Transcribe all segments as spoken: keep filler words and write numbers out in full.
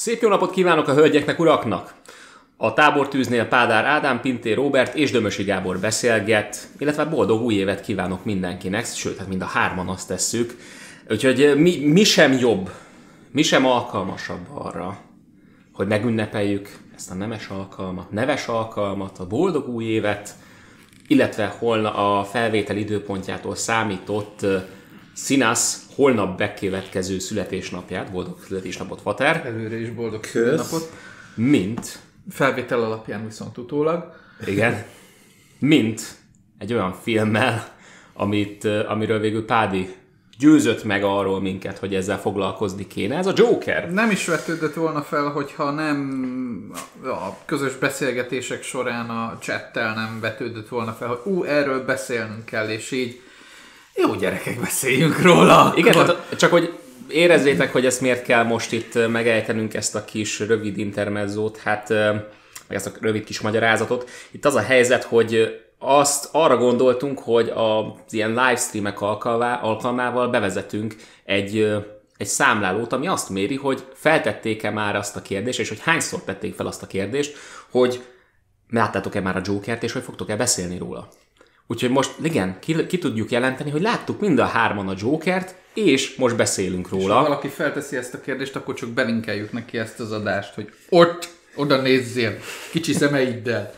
Szép jó napot kívánok a hölgyeknek, uraknak! A tábortűznél Pádár Ádám, Pintér Róbert és Dömösi Gábor beszélget, illetve boldog új évet kívánok mindenkinek, sőt, hát mind a hárman azt tesszük. Úgyhogy mi, mi sem jobb, mi sem alkalmasabb arra, hogy megünnepeljük ezt a nemes alkalmat, neves alkalmat, a boldog új évet, illetve holnap a felvétel időpontjától számított Színász holnap bekövetkező születésnapját, boldog születésnapot, Fater. Előre is boldog születésnapot. Mint felvétel alapján viszont utólag. Igen. Mint egy olyan filmmel, amit, amiről végül Pádi győzött meg arról minket, hogy ezzel foglalkozni kéne. Ez a Joker. Nem is vetődött volna fel, hogyha nem a közös beszélgetések során a chattel nem vetődött volna fel, hogy ú, erről beszélnünk kell, és így jó gyerekek, beszéljünk róla. Igen, tehát csak hogy érezzétek, hogy ezt miért kell most itt megejtenünk ezt a kis rövid intermezzót, hát meg ezt a rövid kis magyarázatot. Itt az a helyzet, hogy azt arra gondoltunk, hogy az ilyen livestreamek alkalmával bevezetünk egy, egy számlálót, ami azt méri, hogy feltették-e már azt a kérdést, és hogy hányszor tették fel azt a kérdést, hogy láttátok-e már a Jokert, és hogy fogtok-e beszélni róla. Úgyhogy most igen, ki, ki tudjuk jelenteni, hogy láttuk mind a hárman a Jokert, és most beszélünk róla. És ha valaki felteszi ezt a kérdést, akkor csak belinkeljük neki ezt az adást, hogy ott, oda nézzél, kicsi szemeiddel.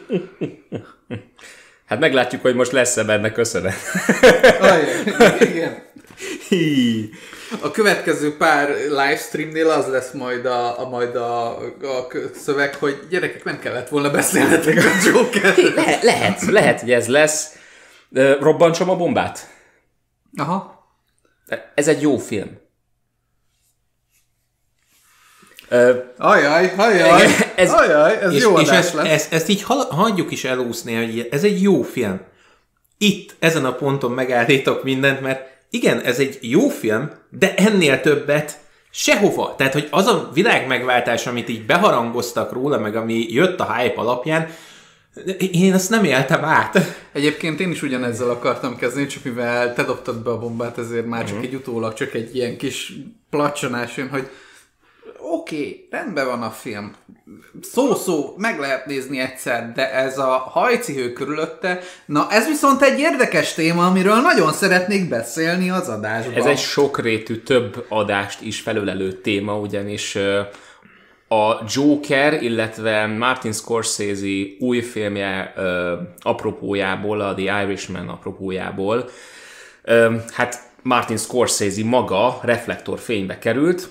Hát meglátjuk, hogy most lesz-e benne köszönet. Ajaj, igen. A következő pár livestreamnél az lesz majd a, a, majd a, a szöveg, hogy gyerekek, nem kellett volna beszélnetek a Joker. Le, lehet, lehet, hogy ez lesz. Robbantsam a bombát? Aha. Ez egy jó film. Ajaj, ajaj, ez, ajaj, ez és, jó és adás ezt, lesz. Ezt, ezt így hagyjuk is elúszni, hogy ez egy jó film. Itt, ezen a ponton megállítok mindent, mert igen, ez egy jó film, de ennél többet sehova. Tehát, hogy az a világmegváltás, amit így beharangoztak róla, meg ami jött a hype alapján, én azt nem éltem át. Egyébként én is ugyanezzel akartam kezdeni, csak mivel te dobtad be a bombát, ezért már csak uh-huh. egy utólag, csak egy ilyen kis placsanás jön, hogy oké, okay, rendben van a film. Szó-szó, meg lehet nézni egyszer, de ez a hajcihő körülötte, na ez viszont egy érdekes téma, amiről nagyon szeretnék beszélni az adásban. Ez egy sokrétű, több adást is felölelő téma, ugyanis a Joker, illetve Martin Scorsese új filmje uh, apropójából, a The Irishman apropójából, uh, hát Martin Scorsese maga reflektorfénybe került,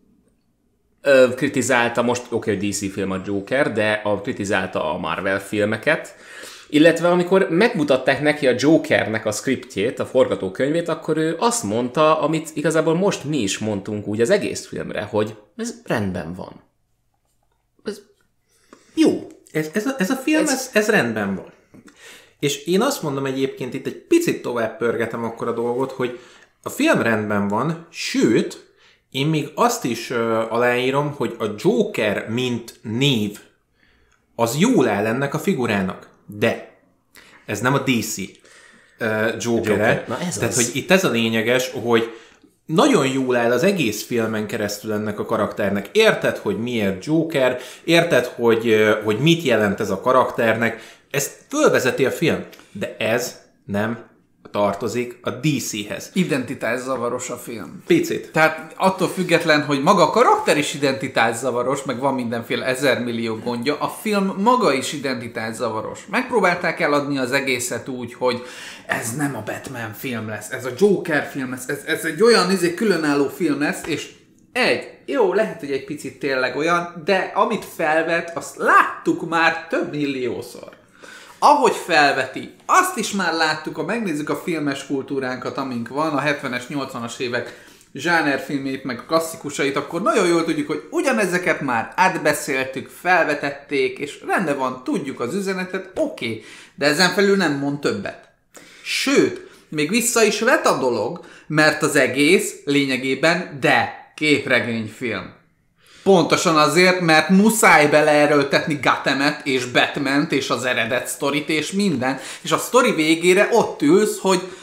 uh, kritizálta, most oké, okay, hogy dé cé film a Joker, de a, kritizálta a Marvel filmeket, illetve amikor megmutatták neki a Jokernek a scriptjét, a forgatókönyvét, akkor ő azt mondta, amit igazából most mi is mondtunk úgy az egész filmre, hogy ez rendben van. Ez jó. Ez, ez, a, ez a film, ez... Ez, ez rendben van. És én azt mondom egyébként, itt egy picit tovább pörgetem akkor a dolgot, hogy a film rendben van, sőt, én még azt is uh, aláírom, hogy a Joker mint név, az jól áll ennek a figurának. De ez nem a dé cé uh, Joker-e. Joker. Tehát, hogy itt ez a lényeges, hogy nagyon jól áll az egész filmen keresztül ennek a karakternek. Érted, hogy miért Joker, érted, hogy, hogy mit jelent ez a karakternek. Ezt fölvezeti a film, de ez nem tartozik a dé céhez. Identitászavaros a film. Picit. Tehát attól független, hogy maga a karakter is identitászavaros, meg van mindenféle ezermillió gondja, a film maga is identitászavaros. Megpróbálták eladni az egészet úgy, hogy ez nem a Batman film lesz, ez a Joker film lesz, ez, ez egy olyan izé, különálló film lesz, és egy, jó, lehet, hogy egy picit tényleg olyan, de amit felvet, azt láttuk már több milliószor. Ahogy felveti, azt is már láttuk, ha megnézzük a filmes kultúránkat, amink van, a hetvenes, nyolcvanas évek zsánerfilmét, meg klasszikusait, akkor nagyon jól tudjuk, hogy ugyanezeket már átbeszéltük, felvetették, és rendben van, tudjuk az üzenetet, oké, okay, de ezen felül nem mond többet. Sőt, még vissza is vet a dolog, mert az egész lényegében, de képregényfilm. Pontosan azért, mert muszáj beleerőltetni Gothamet és Batmant és az eredet sztorit és minden, és a sztori végére ott ülsz, hogy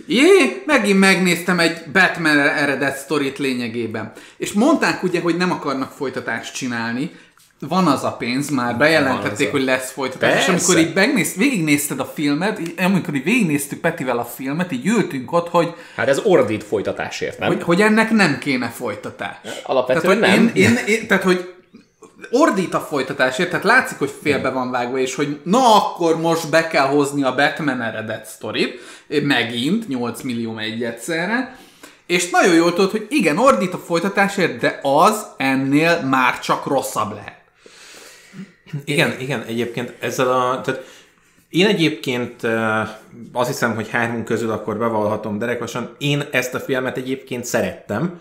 Jé, megint megnéztem egy Batman eredet sztorit lényegében. És mondták ugye, hogy nem akarnak folytatást csinálni. Van az a pénz, már bejelentették, hogy lesz folytatás. Persze. És amikor így megnéz, végignézted a filmet, így, amikor így végignéztük Petivel a filmet, így ültünk ott, hogy... Hát ez ordít folytatásért, nem? Hogy, hogy ennek nem kéne folytatás. Alapvetően tehát, nem. Én, én, én, tehát, hogy ordít a folytatásért, tehát látszik, hogy félbe van vágva, és hogy na akkor most be kell hozni a Batman eredet sztorit, megint nyolc millió egy egyszerre, és nagyon jól tudod, hogy igen, ordít a folytatásért, de az ennél már csak rosszabb lehet. Igen, igen, egyébként ezzel a... Tehát én egyébként azt hiszem, hogy hármunk közül akkor bevallhatom derekosan, én ezt a filmet egyébként szerettem.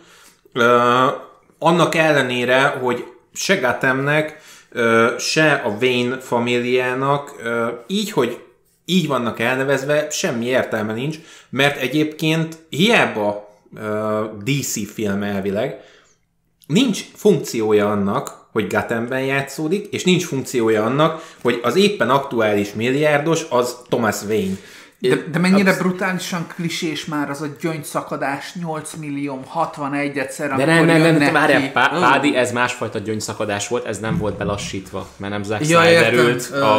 Annak ellenére, hogy se Gothamnek, se a Wayne famíliának így, hogy így vannak elnevezve, semmi értelme nincs, mert egyébként hiába dé cé film elvileg, nincs funkciója annak, hogy Gothamben játszódik, és nincs funkciója annak, hogy az éppen aktuális milliárdos az Thomas Wayne. De, de mennyire az... brutálisan klisés már az a gyöngyszakadás nyolc millió hatvanegy egyszer, de nem, nem, nem, nem, várjál, Pádi, ez másfajta gyöngyszakadás volt, ez nem volt belassítva, mert nem Zack ja, Snyder ült a,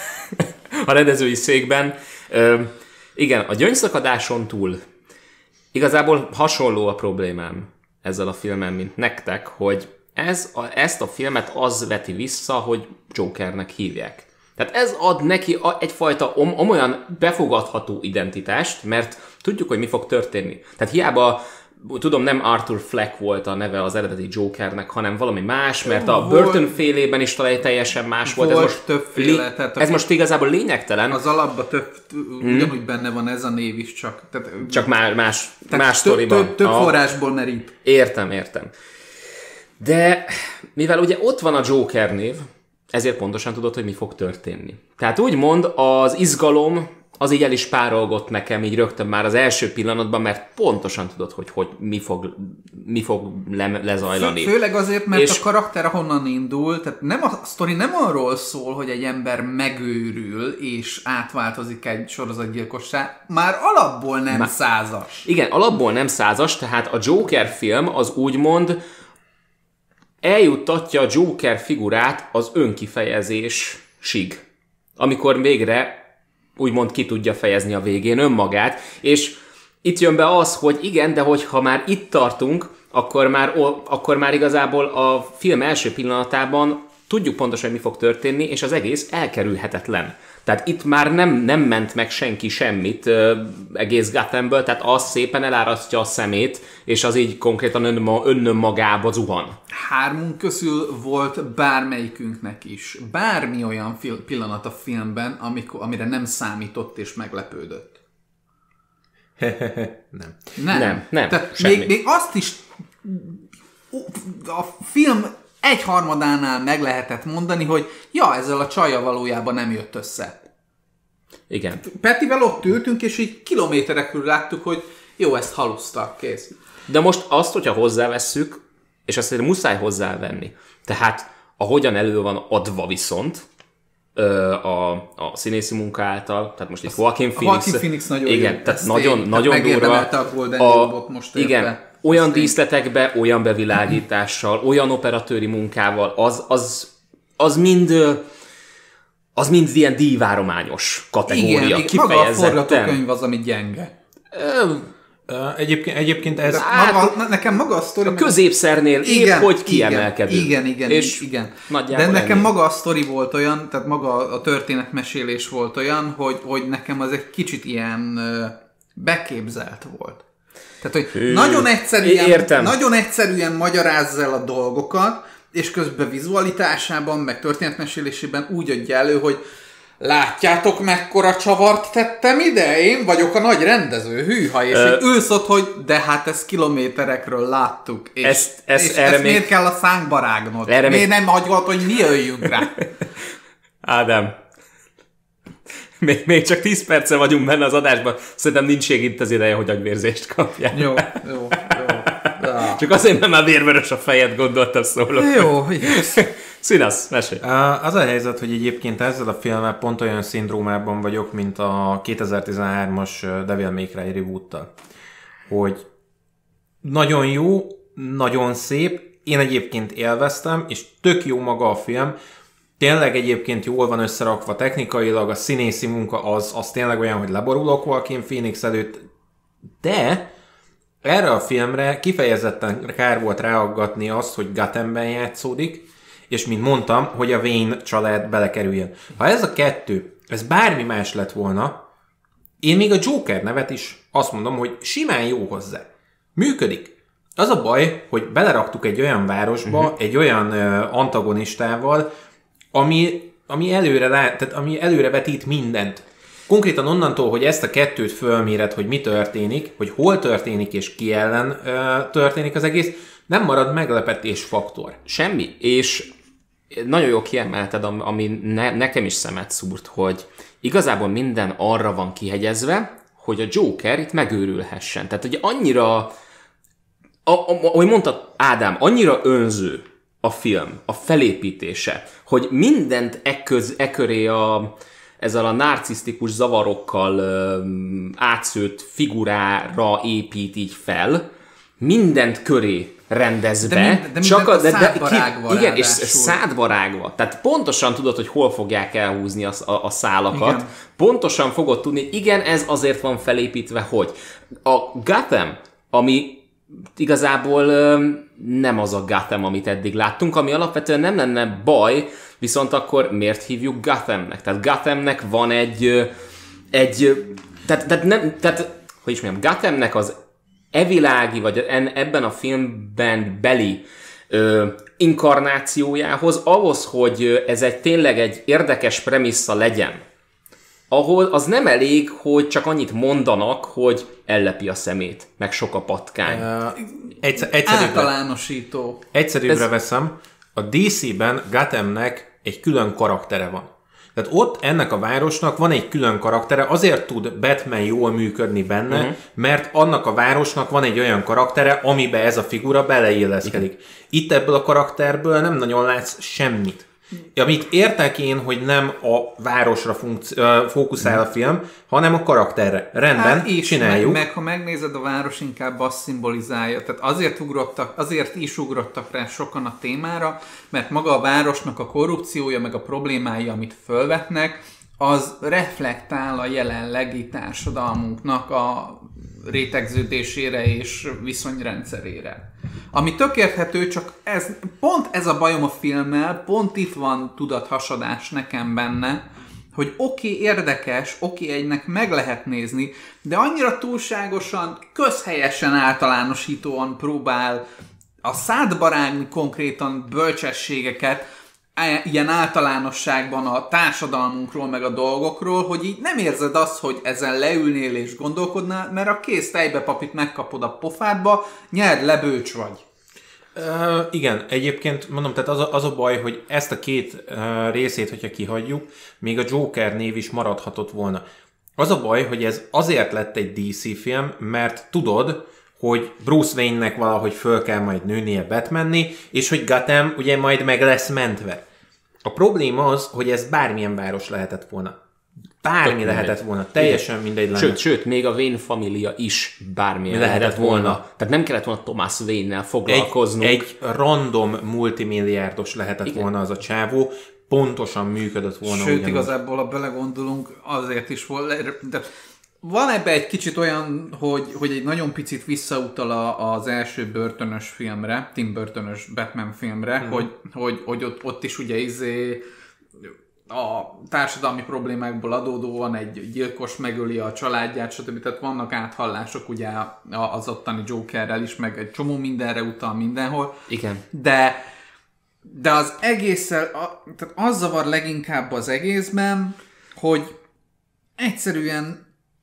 a rendezői székben. Ö, igen, a gyöngyszakadáson túl igazából hasonló a problémám ezzel a filmen, mint nektek, hogy ez a, ezt a filmet az veti vissza, hogy Jokernek hívják. Tehát ez ad neki egyfajta om, olyan befogadható identitást, mert tudjuk, hogy mi fog történni. Tehát hiába, tudom, nem Arthur Fleck volt a neve az eredeti Jokernek, hanem valami más, mert a Burton félében is talán teljesen más volt. Volt ez most, többféle. Lé- ez most igazából lényegtelen. Az alapban több, hmm. ugyanúgy benne van ez a név is, csak... Tehát, csak más, más, más sztoriban. Több, több forrásból merít. Értem, értem. De mivel ugye ott van a Joker név, ezért pontosan tudod, hogy mi fog történni. Tehát úgymond az izgalom az így el is párolgott nekem így rögtön már az első pillanatban, mert pontosan tudod, hogy, hogy mi fog, mi fog le, lezajlani. Fő, főleg azért, mert és... a karakter honnan indul, tehát nem a sztori nem arról szól, hogy egy ember megőrül és átváltozik egy sorozatgyilkossá, már alapból nem már... százas. Igen, alapból nem százas, tehát a Joker film az úgymond eljuttatja a Joker figurát az önkifejezésig, amikor végre úgymond ki tudja fejezni a végén önmagát, és itt jön be az, hogy igen, de hogyha már itt tartunk, akkor már, akkor már igazából a film első pillanatában tudjuk pontosan, hogy mi fog történni, és az egész elkerülhetetlen. Tehát itt már nem, nem ment meg senki semmit ö, egész Gothamből, tehát az szépen elárasztja a szemét, és az így konkrétan önnön magába zuhan. Hármunk közül volt bármelyikünknek is bármi olyan fil- pillanat a filmben, amikor, amire nem számított és meglepődött. nem. Nem, nem, nem Tehát még, még azt is a film egyharmadánál meg lehetett mondani, hogy ja, ezzel a csajjal valójában nem jött össze. Igen. Petivel ott ültünk, és így kilométerekről láttuk, hogy jó, ezt halusztak, kész. De most azt, hogyha hozzávesszük, és azt azért muszáj hozzávenni. Tehát ahogyan elő van adva viszont a, a színészi munka által, tehát most itt Joaquin Phoenix. Joaquin Phoenix nagyon igen, jó. tehát nagyon, én, nagyon durva. a Golden Globe-ot most igen, érte. olyan díszletekbe, olyan bevilágítással, olyan operatőri munkával, az, az, az mind az mind ilyen díjvárományos kategória. Igen, maga a forgatókönyv az, ami gyenge. Ö, Egyébként, egyébként ez... Hát, maga, nekem maga a sztori... A középszernél igen, épp hogy kiemelkedő. Igen, igen, és igen. De nekem ennyi. Maga a sztori volt olyan, tehát maga a történetmesélés volt olyan, hogy, hogy nekem az egy kicsit ilyen beképzelt volt. Tehát, hogy Hű, nagyon egyszerűen, nagyon egyszerűen magyarázza el a dolgokat, és közben vizualitásában, meg történetmesélésében úgy adja elő, hogy látjátok, mekkora csavart tettem ide? Én vagyok a nagy rendező, hűha, és Ö... ülsz ott, hogy de hát ezt kilométerekről láttuk, és ezt, ezt, és ezt még... miért kell a szánkba rágnod? Erre miért még... nem hagyod, hogy mi jöjjünk rá? Ádám, még, még csak tíz perce vagyunk benne az adásban, szerintem nincs még itt az ideje, hogy agyvérzést kapjál. Jó, jó, jó. Ja. Csak azért, mert már vérvörös a fejed, gondoltam szólok. Jó, yes. Színasz, mesélj! Az a helyzet, hogy egyébként ezzel a filmmel pont olyan szindrómában vagyok, mint a kétezer-tizenhármas Devil May Cry reboottal. Hogy nagyon jó, nagyon szép, én egyébként élveztem, és tök jó maga a film. Tényleg egyébként jól van összerakva technikailag, a színészi munka az, az tényleg olyan, hogy leborulok Joaquin Phoenix előtt, de erre a filmre kifejezetten kár volt ráaggatni azt, hogy Gothamben játszódik, és mint mondtam, hogy a Wayne család belekerüljön. Ha ez a kettő, ez bármi más lett volna, én még a Joker nevet is azt mondom, hogy simán jó hozzá. Működik. Az a baj, hogy beleraktuk egy olyan városba, uh-huh. egy olyan uh, antagonistával, ami, ami, előre lát, tehát ami előre vetít mindent. Konkrétan onnantól, hogy ezt a kettőt fölméred, hogy mi történik, hogy hol történik és ki ellen uh, történik az egész, nem marad meglepetés faktor. Semmi. És nagyon jól kiemelted, ami ne, nekem is szemet szúrt, hogy igazából minden arra van kihegyezve, hogy a Joker itt megőrülhessen. Tehát, hogy annyira, a, a, ahogy mondtad, Ádám, annyira önző a film, a felépítése, hogy mindent ekköz, eköré a, ezzel a narcisztikus zavarokkal ö, átszőtt figurára épít így fel, mindent köré rendezve, de mind, de csak a, de, de, szádbarágva igen, és szádbarágva. Tehát pontosan tudod, hogy hol fogják elhúzni a, a, a szálakat. Igen. Pontosan fogod tudni, hogy igen, ez azért van felépítve, hogy a Gotham, ami igazából nem az a Gotham, amit eddig láttunk, ami alapvetően nem lenne baj, viszont akkor miért hívjuk Gothamnek? Tehát Gothamnek van egy, egy tehát, tehát, nem, tehát hogy is mondjam, Gothamnek az evilági, vagy ebben a filmben beli ö, inkarnációjához, ahhoz, hogy ez egy tényleg egy érdekes premissza legyen, ahol az nem elég, hogy csak annyit mondanak, hogy ellepi a szemét, meg sok a patkány. Uh, egyszer, egyszerűbbre, általánosító. Egyszerűbbre Ez... veszem, a dé cé-ben Gothamnek egy külön karaktere van. Tehát ott ennek a városnak van egy külön karaktere, azért tud Batman jól működni benne, uh-huh. mert annak a városnak van egy olyan karaktere, amiben ez a figura beleilleszkedik. Igen. Itt ebből a karakterből nem nagyon látsz semmit. Amit értek én, hogy nem a városra funkci- fókuszál a film, hanem a karakterre. Rendben, hát csináljuk. Meg, meg ha megnézed, a város inkább azt szimbolizálja. Tehát azért, ugrottak, azért is ugrottak rá sokan a témára, mert maga a városnak a korrupciója, meg a problémái, amit fölvetnek, az reflektál a jelenlegi társadalmunknak a rétegződésére és viszonyrendszerére. Ami tök érthető, csak ez, pont ez a bajom a filmmel, pont itt van tudathasadás nekem benne, hogy oké, okay, érdekes, oké, okay, egynek meg lehet nézni, de annyira túlságosan, közhelyesen általánosítóan próbál a szádba rágni konkrétan bölcsességeket, ilyen általánosságban a társadalmunkról, meg a dolgokról, hogy így nem érzed azt, hogy ezen leülnél és gondolkodnál, mert a kész tejbepapit megkapod a pofádba, nyerd le, bölcs vagy. Uh, igen, egyébként mondom, tehát az a, az a baj, hogy ezt a két uh, részét, hogyha kihagyjuk, még a Joker név is maradhatott volna. Az a baj, hogy ez azért lett egy dé cé film, mert tudod, hogy Bruce Wayne-nek valahogy föl kell majd nőnie Batmanni, és hogy Gotham ugye majd meg lesz mentve. A probléma az, hogy ez bármilyen város lehetett volna. Bármi Tök lehetett mindegy. volna. Teljesen Igen. mindegy lenne. Sőt, sőt, még a Wayne família is bármilyen lehetett, lehetett volna. volna. Tehát nem kellett volna Thomas Wayne-nel foglalkoznunk. Egy, egy random multimilliárdos lehetett Igen. volna az a csávó. Pontosan működött volna. Sőt, ugyanúgy. Igazából, ha belegondolunk, azért is volt... De van ebbe egy kicsit olyan, hogy, hogy egy nagyon picit visszautal az első börtönös filmre, Tim Burton-ös Batman filmre, mm. hogy, hogy, hogy ott, ott is ugye izé a társadalmi problémákból adódóan egy gyilkos megöli a családját, stb. Tehát vannak áthallások ugye az ottani Jokerrel is, meg egy csomó mindenre utal mindenhol. Igen. De, de az egésszel, tehát az zavar leginkább az egészben, hogy egyszerűen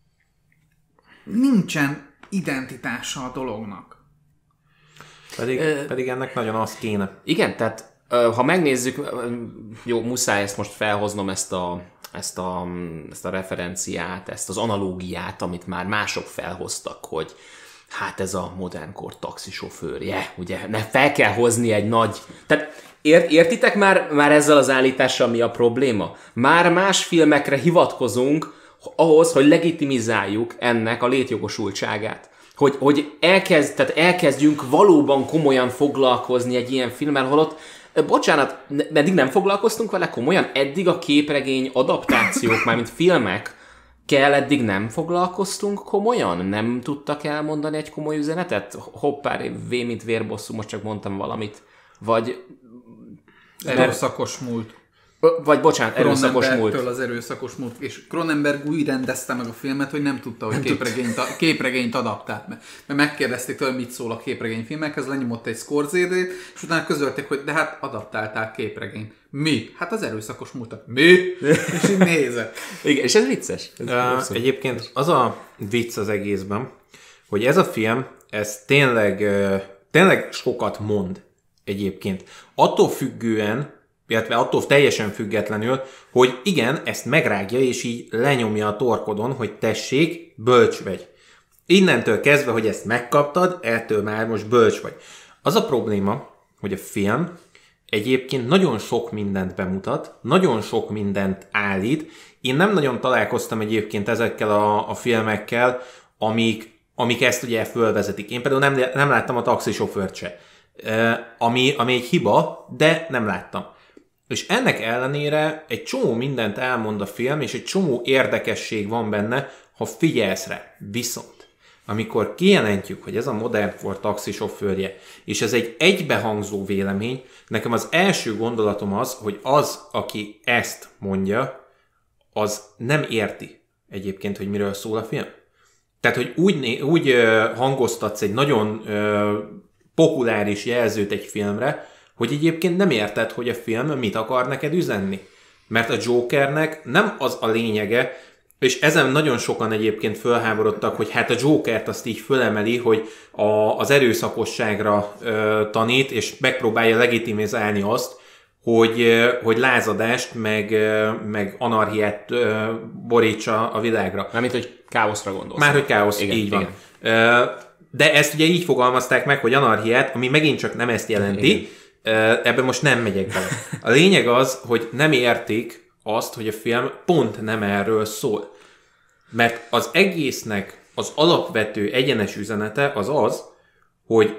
nincsen identitása a dolognak. Pedig, uh, pedig ennek nagyon az kéne. Igen, tehát uh, ha megnézzük, uh, jó, muszáj ezt most felhoznom, ezt a, ezt, a, ezt a referenciát, ezt az analógiát, amit már mások felhoztak, hogy hát ez a modernkor taxisofőrje, ugye, ne fel kell hozni egy nagy... Tehát ért, értitek már, már ezzel az állítással mi a probléma? Már más filmekre hivatkozunk ahhoz, hogy legitimizáljuk ennek a létjogosultságát. Hogy, hogy elkezd, tehát elkezdjünk valóban komolyan foglalkozni egy ilyen filmmel, holott, bocsánat, eddig nem foglalkoztunk vele komolyan? Eddig a képregény adaptációk, mármint filmek, kell eddig nem foglalkoztunk komolyan? Nem tudtak elmondani egy komoly üzenetet? Hoppá, V mint vérbosszú, most csak mondtam valamit. Vagy... Erőszakos múlt. Vagy bocsánat, erőszakos múlt. Az erőszakos múlt. És Cronenberg úgy rendezte meg a filmet, hogy nem tudta, hogy képregényt, képregényt adaptált. Mert megkérdezték tőle, mit szól a képregényfilmekhez, lenyomott egy Scorsese-t, és utána közölték, hogy de hát adaptálták képregényt. Mi? Hát az erőszakos múltat. Mi? És így nézett. Igen, és ez vicces. Ez uh, egyébként az a vicc az egészben, hogy ez a film, ez tényleg, uh, tényleg sokat mond egyébként. Attól függően, illetve attól teljesen függetlenül, hogy igen, ezt megrágja, és így lenyomja a torkodon, hogy tessék, bölcs vagy. Innentől kezdve, hogy ezt megkaptad, ettől már most bölcs vagy. Az a probléma, hogy a film egyébként nagyon sok mindent bemutat, nagyon sok mindent állít. Én nem nagyon találkoztam egyébként ezekkel a, a filmekkel, amik, amik ezt ugye fölvezetik. Én például nem, nem láttam a taxisofőrt se, ami, ami egy hiba, de nem láttam. És ennek ellenére egy csomó mindent elmond a film, és egy csomó érdekesség van benne, ha figyelsz rá. Viszont, amikor kijelentjük, hogy ez a modernkor taxisofőrje, és ez egy egybehangzó vélemény, nekem az első gondolatom az, hogy az, aki ezt mondja, az nem érti egyébként, hogy miről szól a film. Tehát, hogy úgy, úgy hangoztatsz egy nagyon populáris jelzőt egy filmre, hogy egyébként nem érted, hogy a film mit akar neked üzenni. Mert a Jokernek nem az a lényege, és ezen nagyon sokan egyébként fölháborodtak, hogy hát a Jokert azt így fölemeli, hogy a, az erőszakosságra ö, tanít, és megpróbálja legitimizálni azt, hogy, ö, hogy lázadást, meg, ö, meg anarchiát ö, borítsa a világra. Mármint, hogy káoszra gondolsz. Már, hogy káosz, igen, így igen. van. Ö, de ezt ugye így fogalmazták meg, hogy anarchiát, ami megint csak nem ezt jelenti, igen. Ebben most nem megyek bele. A lényeg az, hogy nem értik azt, hogy a film pont nem erről szól. Mert az egésznek az alapvető egyenes üzenete az az, hogy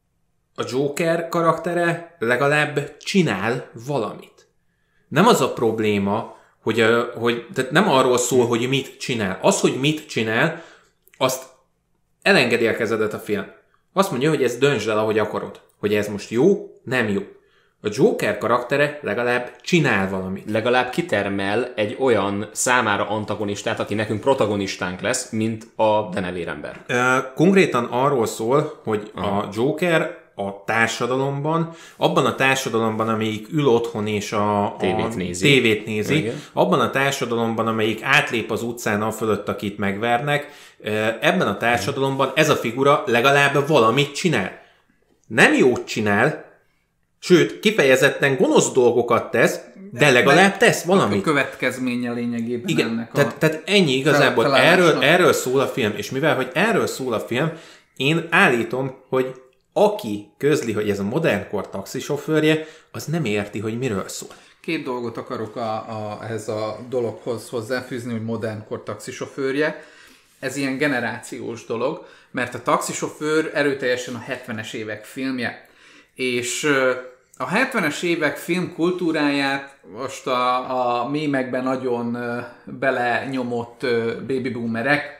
a Joker karaktere legalább csinál valamit. Nem az a probléma, hogy, a, hogy tehát nem arról szól, hogy mit csinál. Az, hogy mit csinál, azt elengedélkezedett a film. Azt mondja, hogy ezt döntsd el, ahogy akarod. Hogy ez most jó, nem jó. A Joker karaktere legalább csinál valamit. Legalább kitermel egy olyan számára antagonistát, aki nekünk protagonistánk lesz, mint a denevérember. Konkrétan arról szól, hogy Aha. a Joker a társadalomban, abban a társadalomban, amelyik ül otthon és a, a tévét nézi, tévét nézi abban a társadalomban, amelyik átlép az utcán a fölött, akit megvernek, ebben a társadalomban ez a figura legalább valamit csinál. Nem jót csinál, sőt, kifejezetten gonosz dolgokat tesz, de legalább tesz valamit. A következménye lényegében Igen, ennek a... Tehát, tehát ennyi igazából, erről, erről szól a film, és mivel, hogy erről szól a film, én állítom, hogy aki közli, hogy ez a modernkor taxisofőrje, az nem érti, hogy miről szól. Két dolgot akarok a, a, ehhez a dologhoz hozzáfűzni, hogy modernkor taxisofőrje. Ez ilyen generációs dolog, mert a taxisofőr erőteljesen a hetvenes évek filmje. És a hetvenes évek filmkultúráját most a, a mémekben nagyon belenyomott baby boomerek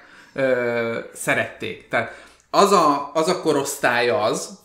szerették. Tehát az a, az a korosztály az,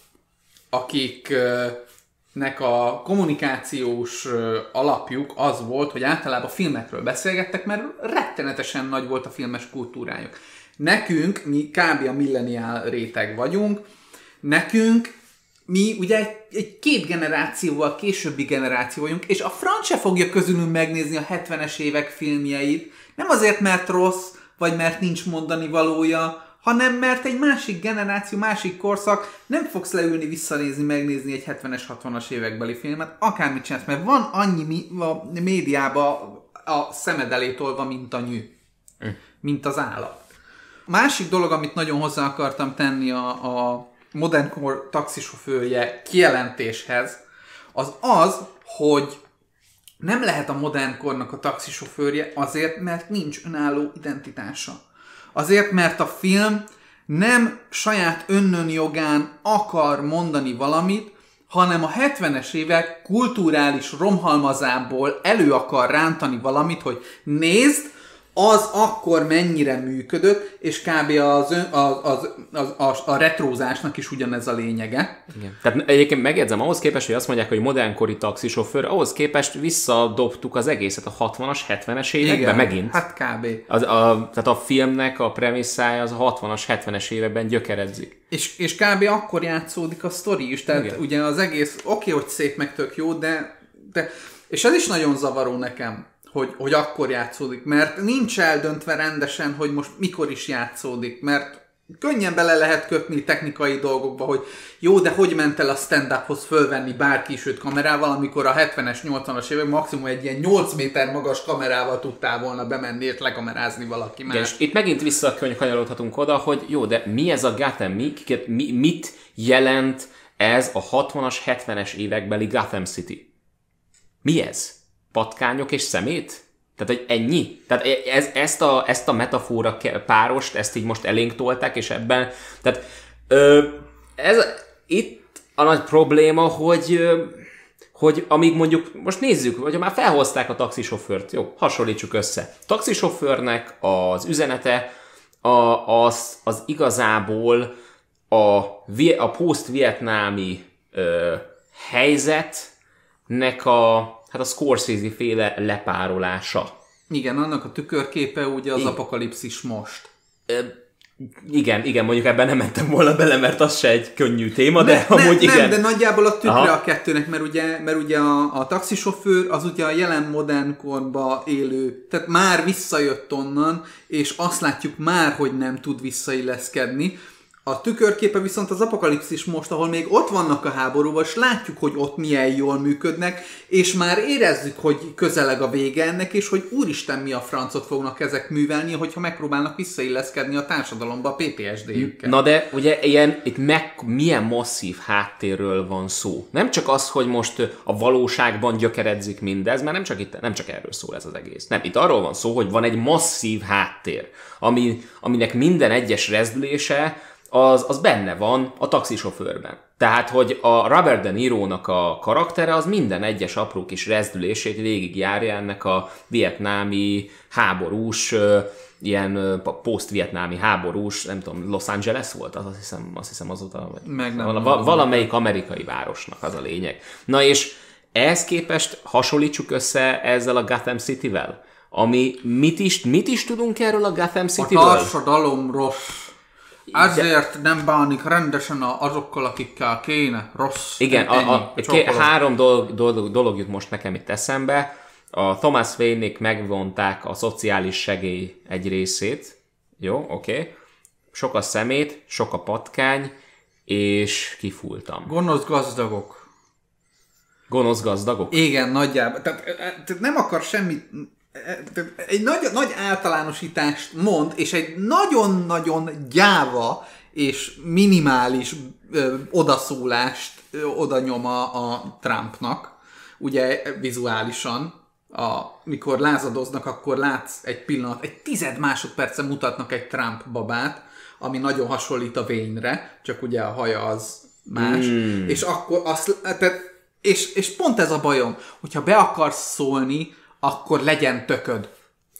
akiknek a kommunikációs alapjuk az volt, hogy általában filmekről beszélgettek, mert rettenetesen nagy volt a filmes kultúrájuk. Nekünk, mi kb. A milleniál réteg vagyunk, nekünk mi ugye egy, egy két generációval későbbi generáció vagyunk, és a franc se fogja közülünk megnézni a hetvenes évek filmjeit, nem azért, mert rossz, vagy mert nincs mondani valója, hanem mert egy másik generáció, másik korszak, nem fogsz leülni, visszanézni, megnézni egy hetvenes, hatvanas évekbeli filmet, akármit csinálsz, mert van annyi mi, a médiában a szemed elé tolva, mint a nyű, mm. mint az állat. Másik dolog, amit nagyon hozzá akartam tenni a, a Modern Kor taxisofőrje kijelentéshez, az az, hogy nem lehet a Modern Kornak a taxisofőrje azért, mert nincs önálló identitása. Azért, mert a film nem saját önnön jogán akar mondani valamit, hanem a hetvenes évek kulturális romhalmazából elő akar rántani valamit, hogy nézd, az akkor mennyire működött, és kb. Az, az, az, az, az, a retrózásnak is ugyanez a lényege. Igen. Tehát egyébként megjegyzem, ahhoz képest, hogy azt mondják, hogy modernkori taxisofőr, ahhoz képest visszadobtuk az egészet a hatvanas, hetvenes években. Igen, megint. Hát kb. Az, a, tehát a filmnek a premisszája az a hatvanas, hetvenes években gyökeredzik. És, és kb. Akkor játszódik a sztori is, tehát igen. Ugye az egész, oké, okay, hogy szép, meg tök jó, de, de és ez is nagyon zavaró nekem, Hogy, hogy akkor játszódik, mert nincs eldöntve rendesen, hogy most mikor is játszódik, mert könnyen bele lehet kötni technikai dolgokba, hogy jó, de hogy ment el a stand-uphoz fölvenni bárki is őt kamerával, amikor a hetvenes, nyolcvanas évek maximum egy ilyen nyolc méter magas kamerával tudtál volna bemenni és lekamerázni valaki más. És itt megint visszakanyarodhatunk oda, hogy jó, de mi ez a Gotham, mi, mi, mit jelent ez a hatvanas, hetvenes évekbeli Gotham City? Mi ez? Patkányok és szemét? Tehát, hogy ennyi? Tehát ez, ezt, a, ezt a metafora párost, ezt így most elénk tolták, és ebben... Tehát ö, ez itt a nagy probléma, hogy, hogy amíg mondjuk, most nézzük, hogy már felhozták a taxisofőrt, jó, hasonlítsuk össze. Taxisofőrnek az üzenete a, az, az igazából a, a post-vietnámi ö, helyzetnek a hát a Scorsese-féle lepárolása. Igen, annak a tükörképe ugye az I- apokalipszis most. Ö, igen, igen, mondjuk ebben nem mentem volna bele, mert az se egy könnyű téma, de ne, amúgy nem, igen. Nem, de nagyjából a tükre Aha. a kettőnek, mert ugye, mert ugye a, a taxisofőr az ugye a jelen modern korba élő, tehát már visszajött onnan, és azt látjuk már, hogy nem tud visszailleszkedni. A tükörképe viszont az apokalipszis most, ahol még ott vannak a háborúban, és látjuk, hogy ott milyen jól működnek, és már érezzük, hogy közeleg a vége ennek, és hogy úristen, mi a francot fognak ezek művelni, hogyha megpróbálnak visszailleszkedni a társadalomba a pé té es dé-jükkel. Na de ugye ilyen, itt meg, milyen masszív háttérről van szó. Nem csak az, hogy most a valóságban gyökeredzik mindez, mert nem csak, itt, nem csak erről szól ez az egész. Nem, itt arról van szó, hogy van egy masszív háttér, ami, aminek minden egyes rezdülése Az, az benne van a taxisofőrben. Tehát, hogy a Robert De Nirónak a karaktere az minden egyes apró kis rezdülését végigjárja ennek a vietnámi háborús, ilyen poszt-vietnámi háborús, nem tudom, Los Angeles volt, az azt hiszem, azt hiszem azóta, Meg nem vala, val- valamelyik amerikai városnak az a lényeg. Na és ehhez képest hasonlítsuk össze ezzel a Gotham City-vel, ami mit is, mit is tudunk erről a Gotham City-ről? A társadalom rossz. Azért de... nem bánik rendesen azokkal, akikkel kéne. Rossz. Igen, a, a, ké, három dolog, dolog, dolog jut most nekem itt eszembe. A Thomas Wayne-ék megvonták a szociális segély egy részét. Jó, oké. Okay. Sok a szemét, sok a patkány, és kifúltam. Gonosz gazdagok. Gonosz gazdagok? Igen, nagyjából. Tehát, tehát nem akar semmit... Egy nagy, nagy általánosítást mond, és egy nagyon-nagyon gyáva és minimális ö, odaszólást ö, oda nyom a, a Trumpnak, ugye vizuálisan. A, mikor lázadoznak, akkor látsz egy pillanat, egy tized másodpercen mutatnak egy Trump babát, ami nagyon hasonlít a Wayne-re, csak ugye a haja az más, mm. és akkor azt, tehát, és, és pont ez a bajom, hogyha be akarsz szólni, akkor legyen tököd.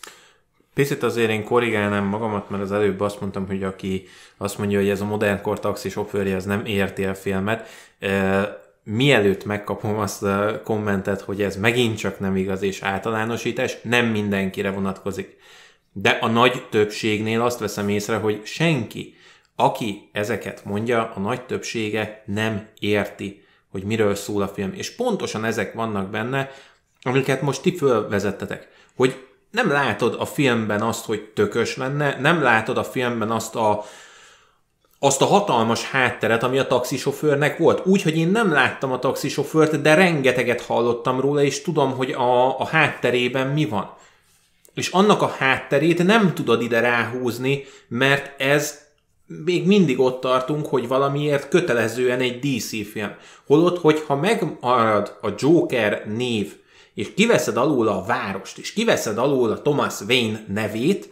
Picit azért én korrigálnám magamat, mert az előbb azt mondtam, hogy aki azt mondja, hogy ez a modern kor taxisofőrje, az nem érti a filmet. E, mielőtt megkapom azt a kommentet, hogy ez megint csak nem igaz és általánosítás, nem mindenkire vonatkozik. De a nagy többségnél azt veszem észre, hogy senki, aki ezeket mondja, a nagy többsége nem érti, hogy miről szól a film. És pontosan ezek vannak benne, amiket most ti fölvezettetek, hogy nem látod a filmben azt, hogy tökös lenne, nem látod a filmben azt a, azt a hatalmas hátteret, ami a taxisofőrnek volt. Úgy, hogy én nem láttam a taxisofőrt, de rengeteget hallottam róla, és tudom, hogy a, a hátterében mi van. és annak a hátterét nem tudod ide ráhúzni, mert ez még mindig ott tartunk, hogy valamiért kötelezően egy dé cé film. Holott, hogyha megmarad a Joker név, és kiveszed alól a várost, és kiveszed alól a Thomas Wayne nevét,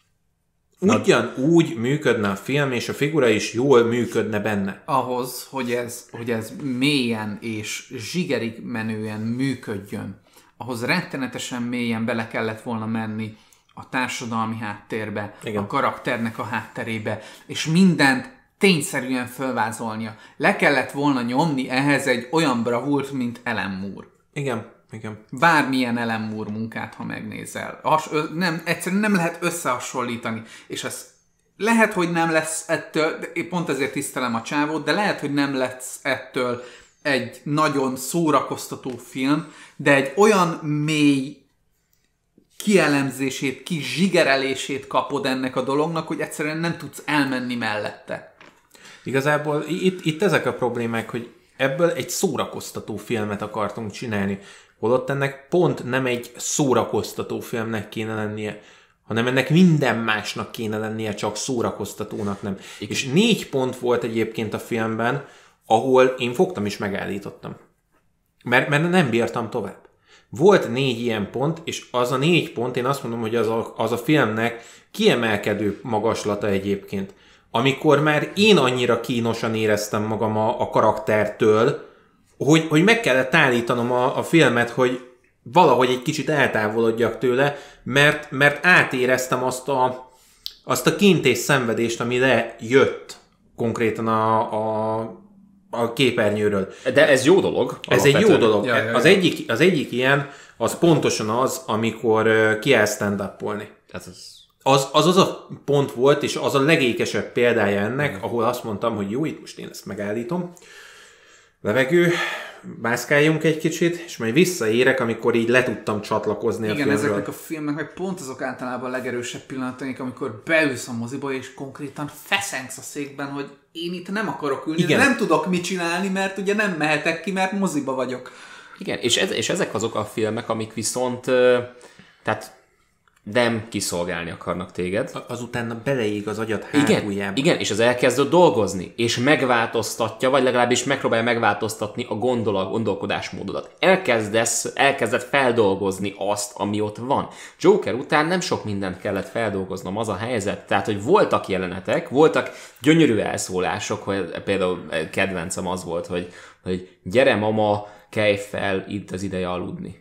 ugyanúgy működne a film, és a figura is jól működne benne. Ahhoz, hogy ez, hogy ez mélyen és zsigerig menően működjön, ahhoz rettenetesen mélyen bele kellett volna menni a társadalmi háttérbe, igen. a karakternek a hátterébe, és mindent tényszerűen fölvázolnia. Le kellett volna nyomni ehhez egy olyan bravúrt, mint Alan Moore. Igen. Igen. Bármilyen Alan Moore munkát, ha megnézel. Has, nem, egyszerűen nem lehet összehasonlítani. És az lehet, hogy nem lesz ettől, én pont ezért tisztelem a csávót, de lehet, hogy nem lesz ettől egy nagyon szórakoztató film, de egy olyan mély kielemzését, kizsigerelését kapod ennek a dolognak, hogy egyszerűen nem tudsz elmenni mellette. Igazából itt, itt ezek a problémák, hogy ebből egy szórakoztató filmet akartunk csinálni, holott ennek pont nem egy szórakoztató filmnek kéne lennie, hanem ennek minden másnak kéne lennie, csak szórakoztatónak nem. Igen. És négy pont volt egyébként a filmben, ahol én fogtam és megállítottam. Mert, mert nem bírtam tovább. Volt négy ilyen pont, és az a négy pont, én azt mondom, hogy az a, az a filmnek kiemelkedő magaslata egyébként. Amikor már én annyira kínosan éreztem magam a, a karaktertől, hogy, hogy meg kellett állítanom a, a filmet, hogy valahogy egy kicsit eltávolodjak tőle, mert, mert átéreztem azt a, azt a kint és szenvedést, ami lejött konkrétan a, a, a képernyőről. De ez jó dolog. Ez egy jó dolog. Ja, ja, ja. Az, egyik, az egyik ilyen, az pontosan az, amikor ki kell stand-upolni. Ez az... Az, az az a pont volt, és az a legékesebb példája ennek, mm. ahol azt mondtam, hogy jó, itt most én ezt megállítom. Levegő, mászkáljunk egy kicsit, és majd visszaérek, amikor így le tudtam csatlakozni igen, a filmről. Igen, ezeknek a filmnek meg pont azok általában a legerősebb pillanataink, amikor beülsz a moziba, és konkrétan feszengsz a székben, hogy én itt nem akarok ülni, de nem tudok mit csinálni, mert ugye nem mehetek ki, mert moziba vagyok. Igen, és, ez, és ezek azok a filmek, amik viszont, tehát nem kiszolgálni akarnak téged. Azután beleég az agyad hátuljába. Igen, igen, és az elkezdett dolgozni, és megváltoztatja, vagy legalábbis megpróbálja megváltoztatni a gondol, gondolkodásmódodat. Elkezdesz, elkezded feldolgozni azt, ami ott van. Joker után nem sok mindent kellett feldolgoznom, az a helyzet. Tehát, hogy voltak jelenetek, voltak gyönyörű elszólások, hogy például kedvencem az volt, hogy, hogy gyere mama, kelj fel, itt az ideje aludni.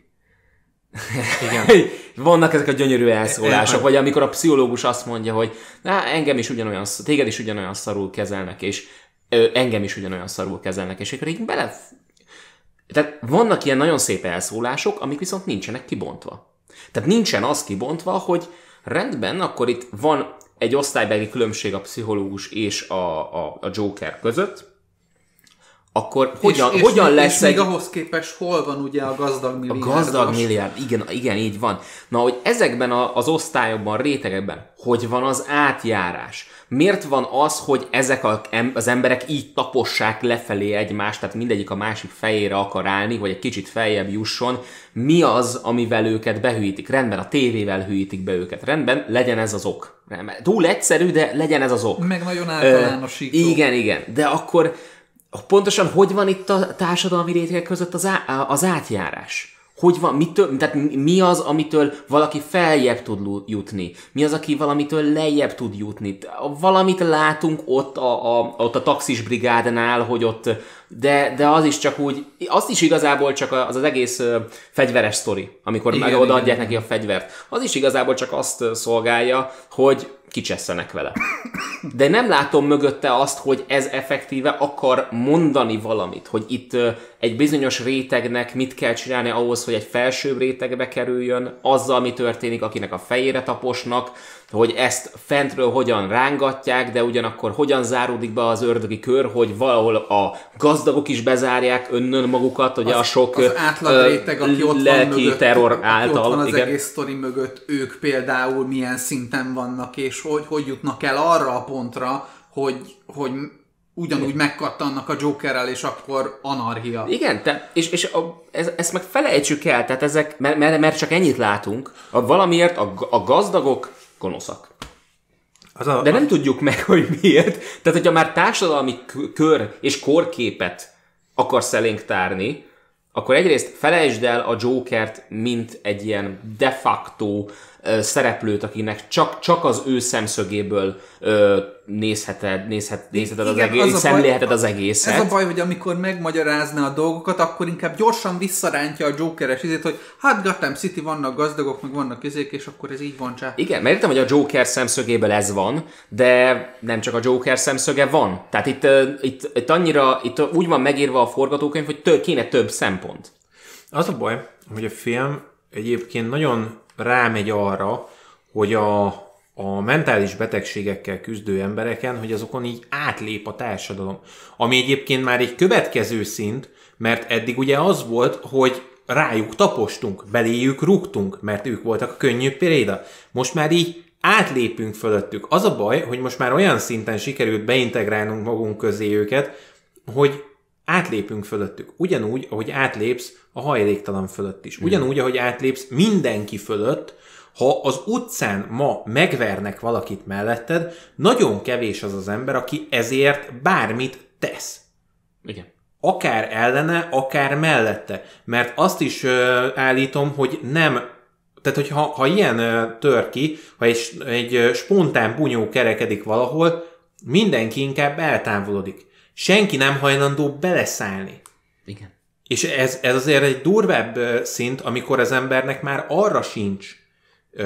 Igen. Vannak ezek a gyönyörű elszólások, vagy amikor a pszichológus azt mondja, hogy na, engem is ugyanolyan, téged is ugyanolyan szarul kezelnek, és ö, engem is ugyanolyan szarul kezelnek, és akkor így bele... Tehát vannak ilyen nagyon szép elszólások, amik viszont nincsenek kibontva. Tehát nincsen az kibontva, hogy rendben, akkor itt van egy osztálybeli különbség a pszichológus és a, a, a Joker között, akkor hogyan, és, hogyan és, lesz és egy... még ahhoz képest hol van ugye a gazdag milliárd? A gazdag milliárd, igen, igen, így van. Na, hogy ezekben a, az osztályokban, rétegekben, hogy van az átjárás? Miért van az, hogy ezek a, az emberek így tapossák lefelé egymást, tehát mindegyik a másik fejére akar állni, vagy egy kicsit feljebb jusson? Mi az, amivel őket behűítik? Rendben, a tévével hűítik be őket. Rendben, legyen ez az ok. Rendben. Túl egyszerű, de legyen ez az ok. Meg nagyon általánosító. Ö, igen, igen, de akkor... Pontosan hogy van itt a társadalmi rétegek között az, á, az átjárás? Hogy van, mitől, tehát mi az, amitől valaki feljebb tud jutni? Mi az, aki valamitől lejjebb tud jutni? Valamit látunk ott a, a, ott a taxis brigádnál, hogy ott, de, de az is csak úgy, azt is igazából csak az az egész fegyveres sztori, amikor igen, meg odaadják igen, neki a fegyvert. Az is igazából csak azt szolgálja, hogy kicsesszenek vele. De nem látom mögötte azt, hogy ez effektíve akar mondani valamit, hogy itt egy bizonyos rétegnek mit kell csinálni ahhoz, hogy egy felsőbb rétegbe kerüljön, azzal mi történik, akinek a fejére taposnak, hogy ezt fentről hogyan rángatják, de ugyanakkor hogyan záródik be az ördögi kör, hogy valahol a gazdagok is bezárják önnön magukat, ugye az, a sok az átlag réteg, aki ott van mögött, terror által. Ott van az igen. egész sztori mögött, ők például milyen szinten vannak, és hogy, hogy jutnak el arra a pontra, hogy, hogy ugyanúgy megkattannak a Jokerrel, és akkor anarchia. Igen, te, és, és a, ez, ezt meg felejtsük el, tehát ezek, mert, mert, mert csak ennyit látunk, a, valamiért a, a gazdagok gonoszak. Az a, De nem az... tudjuk meg, hogy miért. Tehát, hogyha már társadalmi kör és korképet akarsz elénk tárni, akkor egyrészt felejtsd el a Jokert, mint egy ilyen de facto uh, szereplőt, akinek csak, csak az ő szemszögéből uh, nézheted, nézhet, nézheted Igen, az egész, az szemlélheted az egészet. Ez a baj, hogy amikor megmagyarázna a dolgokat, akkor inkább gyorsan visszarántja a Jokeres izét, hogy hát Gotham City vannak gazdagok, meg vannak izék, és akkor ez így van csak. Igen, mert értem, hogy a Joker szemszögéből ez van, de nem csak a Joker szemszöge van. Tehát itt, uh, itt, itt annyira, itt úgy van megírva a forgatókönyv, hogy tő, kéne több szempont. Az a baj, hogy a film egyébként nagyon rámegy arra, hogy a, a mentális betegségekkel küzdő embereken, hogy azokon így átlép a társadalom. Ami egyébként már egy következő szint, mert eddig ugye az volt, hogy rájuk tapostunk, beléjük rúgtunk, mert ők voltak a könnyű példa. Most már így átlépünk fölöttük. Az a baj, hogy most már olyan szinten sikerült beintegrálnunk magunk közé őket, hogy átlépünk fölöttük. Ugyanúgy, ahogy átlépsz a hajléktalan fölött is. Ugyanúgy, ahogy átlépsz mindenki fölött, ha az utcán ma megvernek valakit melletted, nagyon kevés az az ember, aki ezért bármit tesz. Igen. Akár ellene, akár mellette. Mert azt is uh, állítom, hogy nem... Tehát, hogy ha, ha ilyen uh, tör ki, ha egy, egy uh, spontán bunyó kerekedik valahol, mindenki inkább eltávolodik. Senki nem hajlandó beleszállni. Igen. És ez, ez azért egy durvább szint, amikor az embernek már arra sincs, ö,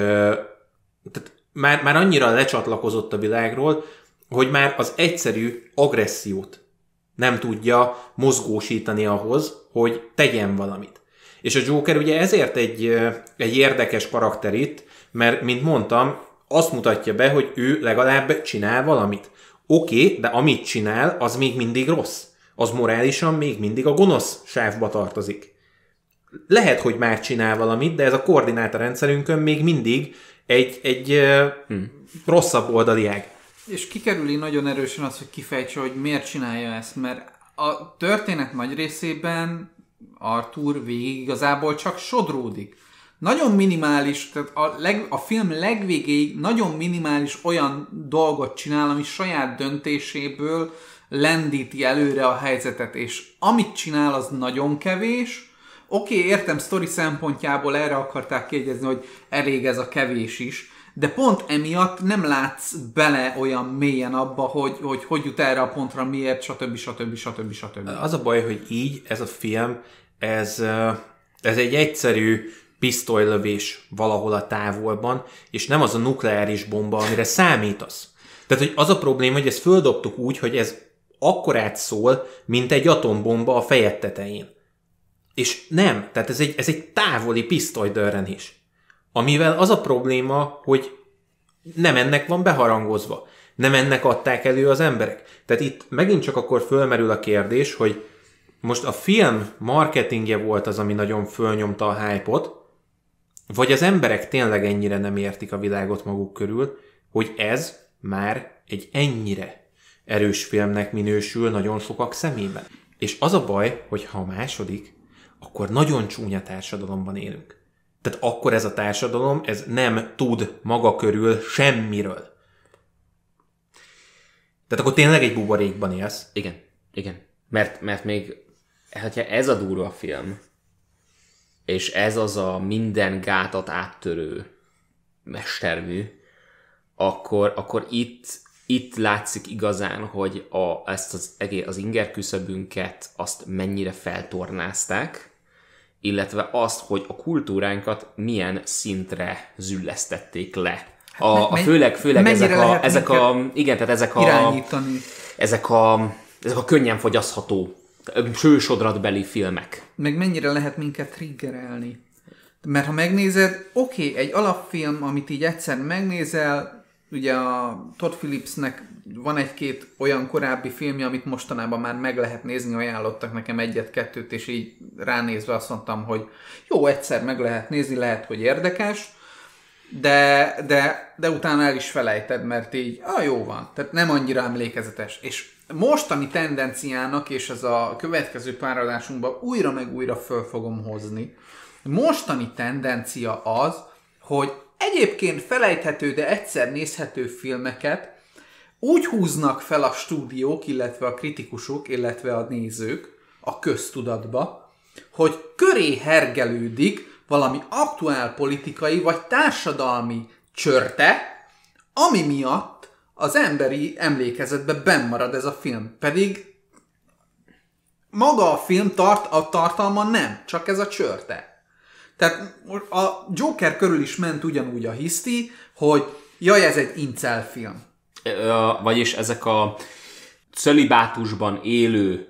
tehát már, már annyira lecsatlakozott a világról, hogy már az egyszerű agressziót nem tudja mozgósítani ahhoz, hogy tegyen valamit. És a Joker ugye ezért egy, egy érdekes karakter itt, mert, mint mondtam, azt mutatja be, hogy ő legalább csinál valamit. Oké, okay, de amit csinál, az még mindig rossz. Az morálisan még mindig a gonosz sávba tartozik. Lehet, hogy már csinál valamit, de ez a koordinátorrendszerünkön még mindig egy, egy hmm. rosszabb oldali ág. És kikerüli nagyon erősen az, hogy kifejtse, hogy miért csinálja ezt, mert a történet nagy részében Arthur végig igazából csak sodródik. Nagyon minimális, tehát a, leg, a film legvégéig nagyon minimális olyan dolgot csinál, ami saját döntéséből lendíti előre a helyzetet, és amit csinál, az nagyon kevés. Oké, okay, értem, sztori szempontjából erre akarták kiegyezni, hogy elég ez a kevés is, de pont emiatt nem látsz bele olyan mélyen abba, hogy hogy, hogy jut erre a pontra, miért, stb. stb. stb. stb. Az a baj, hogy így ez a film, ez, ez egy egyszerű pisztolylövés valahol a távolban, és nem az a nukleáris bomba, amire számítasz. Tehát, hogy az a probléma, hogy ezt földobtuk úgy, hogy ez akkorát szól, mint egy atombomba a fejed tetején. És nem, tehát ez egy, ez egy távoli pisztolydörrenés. Amivel az a probléma, hogy nem ennek van beharangozva. Nem ennek adták elő az emberek. Tehát itt megint csak akkor fölmerül a kérdés, hogy most a film marketingje volt az, ami nagyon fölnyomta a hype-ot, vagy az emberek tényleg ennyire nem értik a világot maguk körül, hogy ez már egy ennyire erős filmnek minősül nagyon sokak szemében. És az a baj, hogy ha a második, akkor nagyon csúnya társadalomban élünk. Tehát akkor ez a társadalom, ez nem tud maga körül semmiről. Tehát akkor tényleg egy buborékban élsz. Igen, igen. Mert, mert még, hogyha ez a durva film, és ez az a minden gátat áttörő mestermű, akkor, akkor itt, itt látszik igazán, hogy a, ezt az, az inger küszöbünket azt mennyire feltornázták, illetve azt, hogy a kultúránkat milyen szintre züllesztették le. A, a főleg, főleg ezek a, ezek a, igen, tehát ezek a, irányítani. ezek a, ezek a könnyen fogyasztható, sősodratbeli filmek. Meg mennyire lehet minket triggerelni. Mert ha megnézed, oké, okay, egy alapfilm, amit így egyszer megnézel, ugye a Todd Phillipsnek van egy-két olyan korábbi filmje, amit mostanában már meg lehet nézni, ajánlottak nekem egyet-kettőt, és így ránézve azt mondtam, hogy jó, egyszer meg lehet nézni, lehet, hogy érdekes. de, de, de utána el is felejted, mert így, ah, jó van, tehát nem annyira emlékezetes. És mostani tendenciának, és ez a következő pár adásunkban újra meg újra föl fogom hozni, mostani tendencia az, hogy egyébként felejthető, de egyszer nézhető filmeket úgy húznak fel a stúdiók, illetve a kritikusok, illetve a nézők a köztudatba, hogy köré hergelődik valami aktuál politikai vagy társadalmi csörte, ami miatt az emberi emlékezetben benn marad ez a film. Pedig maga a film tart, a tartalma nem, csak ez a csörte. Tehát a Joker körül is ment ugyanúgy a hiszti, hogy jaj, ez egy incel film. Vagyis ezek a cölibátusban élő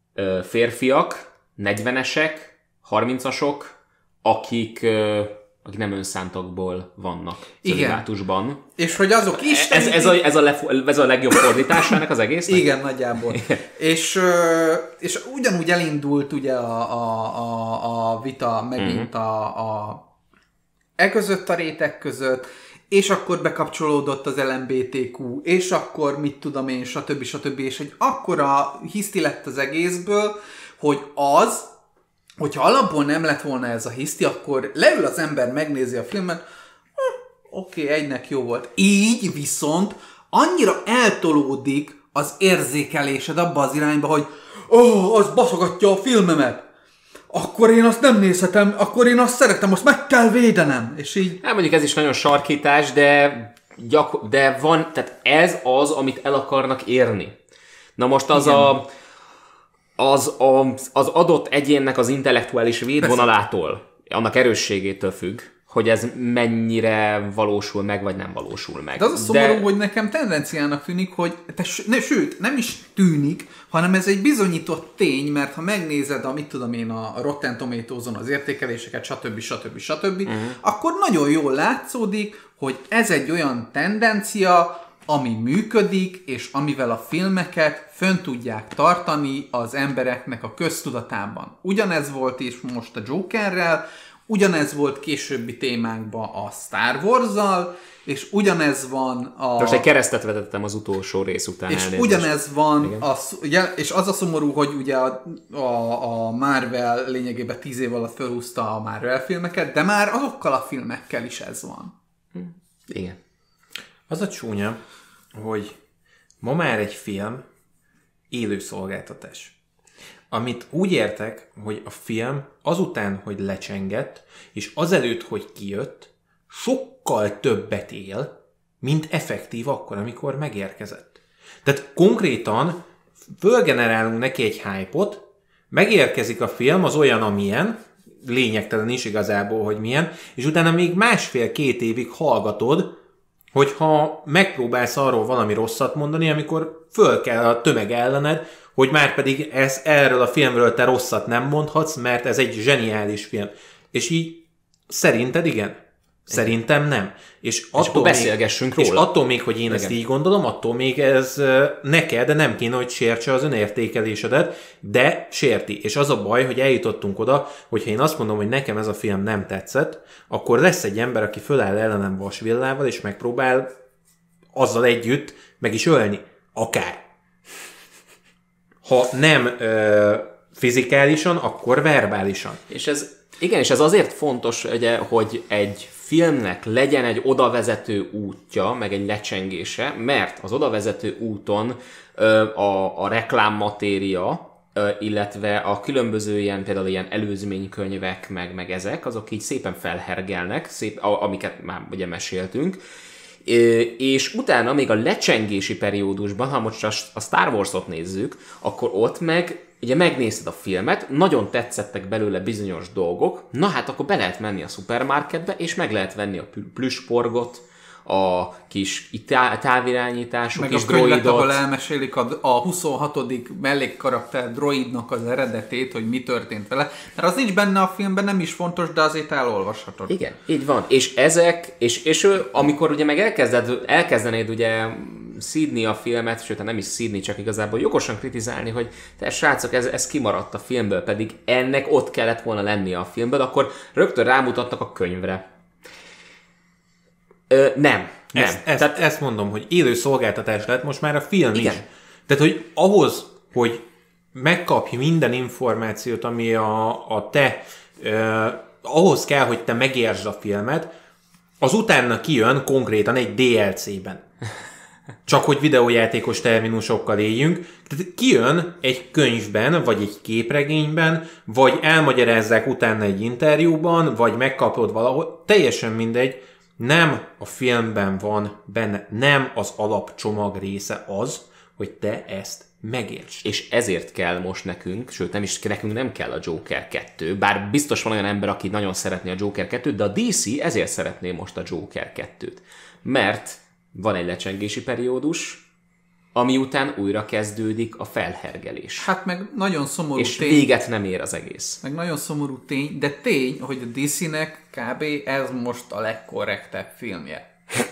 férfiak, negyvenesek, harmincasok, akik, akik nem önszántokból vannak cölibátusban. És hogy azok is... Ez, ez, a, ez, a lef, ez a legjobb fordítása ennek az egésznek? Igen, nagyjából. és, és ugyanúgy elindult ugye a, a, a, a vita megint uh-huh. a, a e között a réteg között, és akkor bekapcsolódott az el em bé té kú, és akkor mit tudom én, stb. stb. És egy akkora hiszti lett az egészből, hogy az, hogyha alapból nem lett volna ez a hiszti, akkor leül az ember, megnézi a filmet, hm, oké, okay, egynek jó volt. Így viszont annyira eltolódik az érzékelésed abba az irányba, hogy ó, oh, az baszogatja a filmemet. Akkor én azt nem nézhetem, akkor én azt szeretem, azt meg kell védenem. És így... Hát mondjuk ez is nagyon sarkítás, de, gyakor- de van, tehát ez az, amit el akarnak érni. Na most az a, az, a, az adott egyénnek az intellektuális védvonalától, annak erősségétől függ, hogy ez mennyire valósul meg, vagy nem valósul meg. De az a szomorú, de... hogy nekem tendenciának tűnik, hogy, te, ne, sőt, nem is tűnik, hanem ez egy bizonyított tény, mert ha megnézed a, mit tudom én, a Rotten Tomatoes-on az értékeléseket, stb. stb. stb., uh-huh. akkor nagyon jól látszódik, hogy ez egy olyan tendencia, ami működik, és amivel a filmeket fönn tudják tartani az embereknek a köztudatában. Ugyanez volt is most a Jokerrel, ugyanez volt későbbi témánkban a Star Wars-zal, és ugyanez van a... Most egy keresztet vetettem az utolsó rész után. És elnézést. Ugyanez van, a, és az a szomorú, hogy ugye a, a, a Marvel lényegében tíz év alatt felhúzta a Marvel filmeket, de már azokkal a filmekkel is ez van. Igen. Az a csúnya, hogy ma már egy film élő szolgáltatás. Amit úgy értek, hogy a film azután, hogy lecsengett, és azelőtt, hogy kijött, sokkal többet él, mint effektív akkor, amikor megérkezett. Tehát konkrétan fölgenerálunk neki egy hype-ot, megérkezik a film, az olyan, amilyen, lényegtelen is igazából, hogy milyen, és utána még másfél-két évig hallgatod, hogyha megpróbálsz arról valami rosszat mondani, amikor föl kell a tömeg ellened, hogy már pedig ez, erről a filmről te rosszat nem mondhatsz, mert ez egy zseniális film. És így szerinted igen? Szerintem nem. És, és akkor beszélgessünk még, róla. És attól még, hogy én igen. ezt így gondolom, attól még ez neked nem kéne, hogy sértse az önértékelésedet, de sérti. És az a baj, hogy eljutottunk oda, hogyha én azt mondom, hogy nekem ez a film nem tetszett, akkor lesz egy ember, aki föláll ellenem vasvillával, és megpróbál azzal együtt meg is ölni. Akár. Ha nem ö, fizikálisan, akkor verbálisan. És ez, igen, és ez azért fontos, ugye, hogy egy filmnek legyen egy odavezető útja, meg egy lecsengése, mert az odavezető úton ö, a, a reklámmatéria, ö, illetve a különböző ilyen, például ilyen előzménykönyvek, meg, meg ezek, azok így szépen felhergelnek, szép, a, amiket már ugye meséltünk, és utána még a lecsengési periódusban, ha most a Star Wars-ot nézzük, akkor ott meg ugye megnézted a filmet, nagyon tetszettek belőle bizonyos dolgok, na hát akkor be lehet menni a szupermarketbe, és meg lehet venni a plüssporgot, a kis távirányítású meg kis a könyvet, droidot. ahol elmesélik a, a huszonhatodik mellékkarakter droidnak az eredetét, hogy mi történt vele. Mert az nincs benne a filmben, nem is fontos, de azért elolvashatod. Igen, így van. És ezek, és, és ő, amikor ugye meg elkezded, elkezdenéd ugye szídni a filmet, sőt nem is szídni, csak igazából jogosan kritizálni, hogy te srácok, ez, ez kimaradt a filmből, pedig ennek ott kellett volna lennie a filmből, akkor rögtön rámutatnak a könyvre. Ö, nem, nem. Ezt, ezt, Tehát... ezt mondom, hogy élő szolgáltatás lett most már a film Igen. is. Tehát, hogy ahhoz, hogy megkapj minden információt, ami a, a te, eh, ahhoz kell, hogy te megértsd a filmet, az utána kijön konkrétan egy dé el cé-ben. Csak hogy videójátékos terminusokkal éljünk. Tehát kijön egy könyvben, vagy egy képregényben, vagy elmagyarázzák utána egy interjúban, vagy megkapod valahol. Teljesen mindegy. Nem a filmben van benne, nem az alapcsomag része az, hogy te ezt megértsd. És ezért kell most nekünk, sőt nem is nekünk nem kell a Joker kettő, bár biztos van olyan ember, aki nagyon szeretné a Joker kettőt, de a dé cé ezért szeretné most a Joker kettőt. Mert van egy lecsengési periódus, ami után újra kezdődik a felhergelés. Hát meg nagyon szomorú és tény. véget nem ér az egész. Meg nagyon szomorú tény, de tény, hogy a dé cé-nek kb. Ez most a legkorrektebb filmje.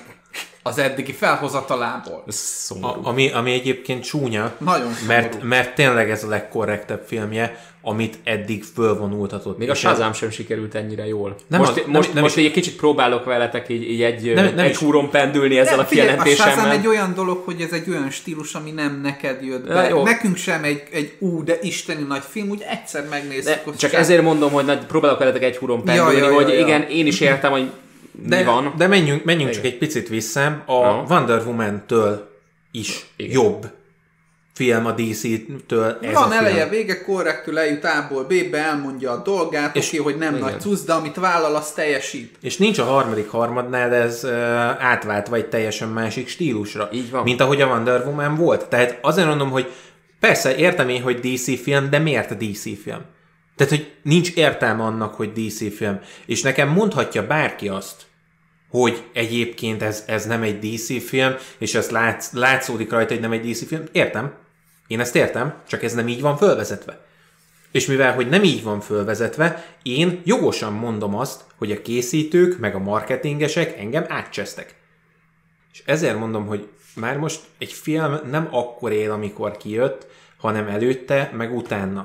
Az eddigi felhozatalából. Ez szomorú. A, ami, ami egyébként csúnya, Nagyon mert, mert tényleg ez a legkorrektebb filmje, amit eddig fölvonultatott. Még a Shazam sem sikerült ennyire jól. Nem most az, nem, most, nem most is, egy kicsit próbálok veletek így, így egy, nem, nem egy is. húron pendülni ezzel Nem, a figyelj, kijelentésemmel. a Shazam egy olyan dolog, hogy ez egy olyan stílus, ami nem neked jött be. Ja, nekünk sem egy, egy ú, de isteni nagy film, úgy egyszer megnéztük. De csak sem. Ezért mondom, hogy nagy, próbálok veletek egy húron pendülni, ja, ja, hogy ja, ja. igen, én is értem, hogy de, mi van. De menjünk, menjünk csak egy picit vissza. A Aha. Wonder Woman-től is igen. jobb film a dé cé-től ez Van a film. eleje, vége, korrektül eljut A-ból B-be, elmondja a dolgát, oké, hogy nem igen. nagy cusz, de amit vállal, azt teljesít. És nincs a harmadik harmadnál ez uh, átváltva egy teljesen másik stílusra. Így van. Mint ahogy a Wonder Woman volt. Tehát azért mondom, hogy persze értem én, hogy dé cé film, de miért a dé cé film? Tehát, hogy nincs értelme annak, hogy dé cé film. És nekem mondhatja bárki azt, hogy egyébként ez, ez nem egy dé cé film, és ez látsz, látszódik rajta, hogy nem egy dé cé film. Értem. Én ezt értem, csak ez nem így van fölvezetve. És mivel, hogy nem így van fölvezetve, én jogosan mondom azt, hogy a készítők, meg a marketingesek engem átcsesztek. És ezért mondom, hogy már most egy film nem akkor él, amikor kijött, hanem előtte, meg utána.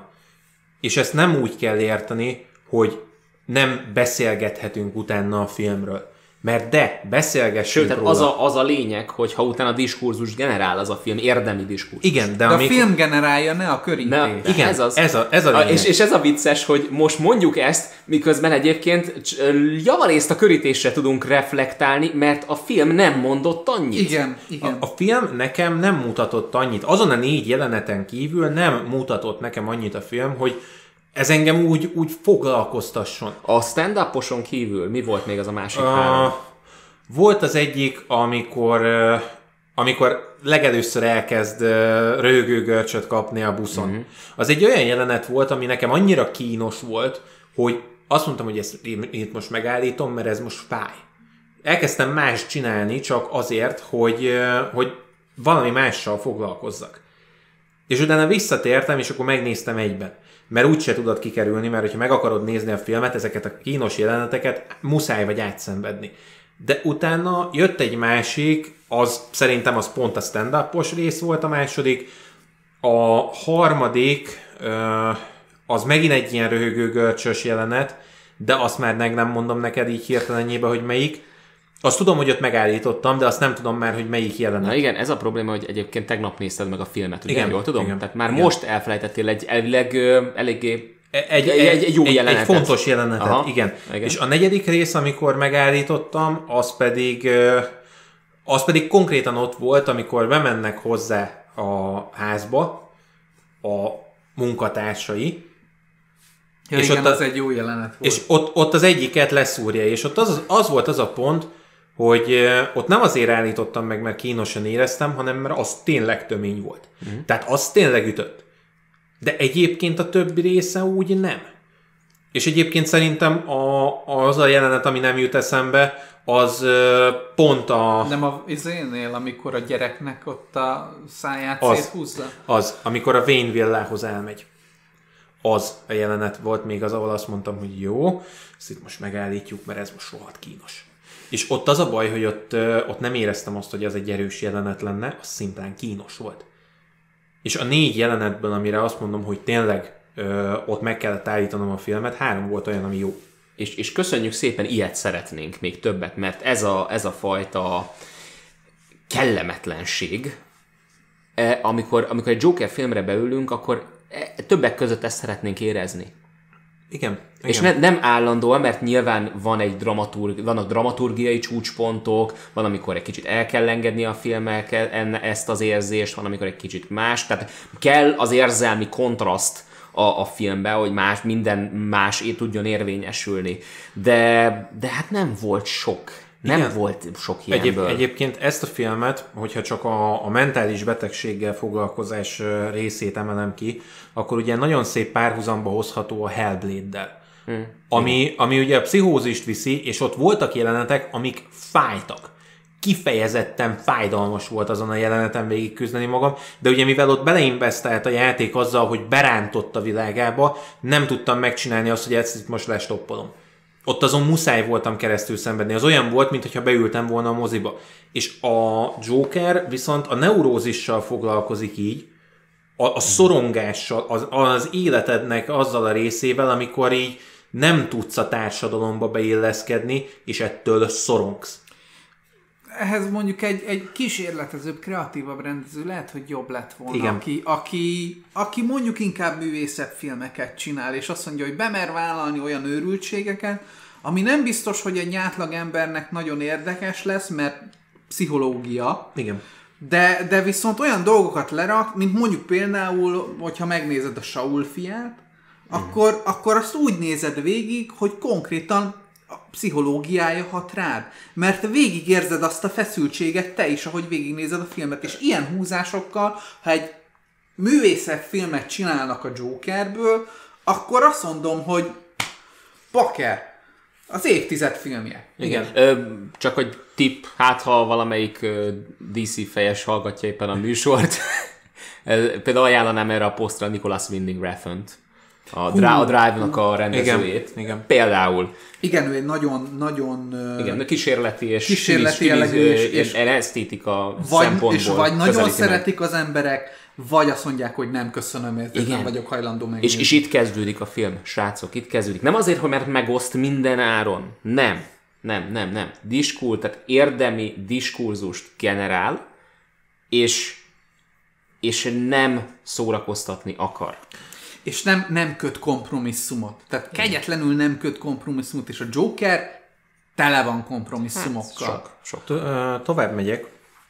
És ezt nem úgy kell érteni, hogy nem beszélgethetünk utána a filmről. Mert de, beszélgessünk Sőt, róla. az a, az a lényeg, hogy ha utána diskurzus generál az a film, érdemi diskurzus. Igen, de, De amikor... a film generálja, ne a körítés. Ne, Igen, ez az. Ez a, ez a lényeg. És, és ez a vicces, hogy most mondjuk ezt, miközben egyébként javarészt a körítésre tudunk reflektálni, mert a film nem mondott annyit. Igen, igen. A, a film nekem nem mutatott annyit. Azon a négy jeleneten kívül nem mutatott nekem annyit a film, hogy ez engem úgy, úgy foglalkoztasson. A stand-uposon kívül mi volt még az a másik Uh, három? volt az egyik, amikor, uh, amikor legelőször elkezd uh, röhögőgörcsöt kapni a buszon. Uh-huh. Az egy olyan jelenet volt, ami nekem annyira kínos volt, hogy azt mondtam, hogy ezt én itt most megállítom, mert ez most fáj. Elkezdtem más csinálni csak azért, hogy, uh, hogy valami mással foglalkozzak. És utána visszatértem, és akkor megnéztem egyben. Mert úgyse tudod kikerülni, mert hogyha meg akarod nézni a filmet, ezeket a kínos jeleneteket muszáj vagy átszenvedni. De utána jött egy másik, az szerintem az pont a stand-upos rész volt a második. A harmadik, az megint egy ilyen röhögőgörcsös jelenet, de azt már meg nem mondom neked így hirtelenjébe, hogy melyik. Azt tudom, hogy ott megállítottam, de azt nem tudom már, hogy melyik jelenet. Na igen, ez a probléma, hogy egyébként tegnap nézted meg a filmet, ugye? Igen, Jól tudom? igen, Tehát már igen. most elfelejtettél egy elvileg ö, eléggé Egy, egy, egy, egy jó egy, jelenetet. Egy fontos jelenetet, Aha, igen. igen. És a negyedik rész, amikor megállítottam, az pedig, az pedig konkrétan ott volt, amikor bemennek hozzá a házba a munkatársai, Ja, és igen, ott a- az egy jó jelenet volt. és ott, ott az egyiket leszúrja, és ott az, az volt az a pont, hogy eh, ott nem azért állítottam meg, mert kínosan éreztem, hanem mert az tényleg tömény volt. Uh-huh. Tehát az tényleg ütött. De egyébként a többi része úgy nem. És egyébként szerintem a, az a jelenet, ami nem jut eszembe, az eh, pont a... Nem a izénél, amikor a gyereknek ott a száját Az. széthúzza? Az, amikor a Wayne villához elmegy. Az a jelenet volt még az, ahol azt mondtam, hogy jó, ezt itt most megállítjuk, mert ez most rohadt kínos. És ott az a baj, hogy ott, ott nem éreztem azt, hogy az egy erős jelenet lenne, az szimplán kínos volt. És a négy jelenetből, amire azt mondom, hogy tényleg ö, ott meg kellett állítanom a filmet, három volt olyan, ami jó. És, és köszönjük szépen, ilyet szeretnénk még többet, mert ez a, ez a fajta kellemetlenség, amikor, amikor egy Joker filmre beülünk, akkor többek között ezt szeretnénk érezni. Igen. És igen. ne, nem állandóan, mert nyilván van egy dramaturg, vannak dramaturgiai csúcspontok, van, amikor egy kicsit el kell engedni a filmek ezt az érzést, van, amikor egy kicsit más. Tehát kell az érzelmi kontraszt a, a filmbe, hogy más, minden más tudjon érvényesülni. De, de hát nem volt sok. Nem Igen. volt sok ilyenből. Egyéb, egyébként ezt a filmet, hogyha csak a, a mentális betegséggel foglalkozás részét emelem ki, akkor ugye nagyon szép párhuzamba hozható a Hellblade-del. Hmm. Ami, ami ugye a pszichózist viszi, és ott voltak jelenetek, amik fájtak. Kifejezetten fájdalmas volt azon a jeleneten végig küzdeni magam, de ugye mivel ott beleinvestált a játék azzal, hogy berántott a világába, nem tudtam megcsinálni azt, hogy ezt most lestoppolom. Ott azon muszáj voltam keresztül szenvedni. Az olyan volt, mintha beültem volna a moziba. És a Joker viszont a neurózissal foglalkozik így, a, a szorongással, az, az életednek azzal a részével, amikor így nem tudsz a társadalomba beilleszkedni, és ettől szorongsz. Ehhez mondjuk egy, egy kísérletezőbb, kreatívabb rendező lehet, hogy jobb lett volna, Igen. Aki, aki, aki mondjuk inkább művészebb filmeket csinál, és azt mondja, hogy bemer vállalni olyan őrültségeket, ami nem biztos, hogy egy átlag embernek nagyon érdekes lesz, mert pszichológia, Igen. De, de viszont olyan dolgokat lerak, mint mondjuk például, hogyha megnézed a Saul fiát, akkor, mm. akkor azt úgy nézed végig, hogy konkrétan a pszichológiája hat rád. Mert végigérzed azt a feszültséget te is, ahogy végignézed a filmet. És ilyen húzásokkal, ha egy művészebb filmet csinálnak a Jokerből, akkor azt mondom, hogy paker, az évtized filmje. Igen. Ö, csak egy tipp, hát ha valamelyik dé cé fejes hallgatja éppen a műsort, például ajánlanám erre a posztra Nicholas Winding Refn-t. A, Dra- a Drive-nak a rendezőjét. Igen, igen. Például. Igen, ő egy nagyon, nagyon igen, kísérleti és kísérleti jellegű és, és esztétika vagy, szempontból. És vagy nagyon meg. szeretik az emberek, vagy azt mondják, hogy nem köszönöm, ezt nem vagyok hajlandó megnézni. És, és itt kezdődik a film, srácok, itt kezdődik. Nem azért, hogy mert megoszt minden áron. Nem. Nem, nem, nem. Diskul, tehát érdemi diskurzust generál, és, és nem szórakoztatni akar. És nem, nem köt kompromisszumot. Tehát kegyetlenül nem köt kompromisszumot, és a Joker tele van kompromisszumokkal. Hát, sok, sok. To- tovább megyek.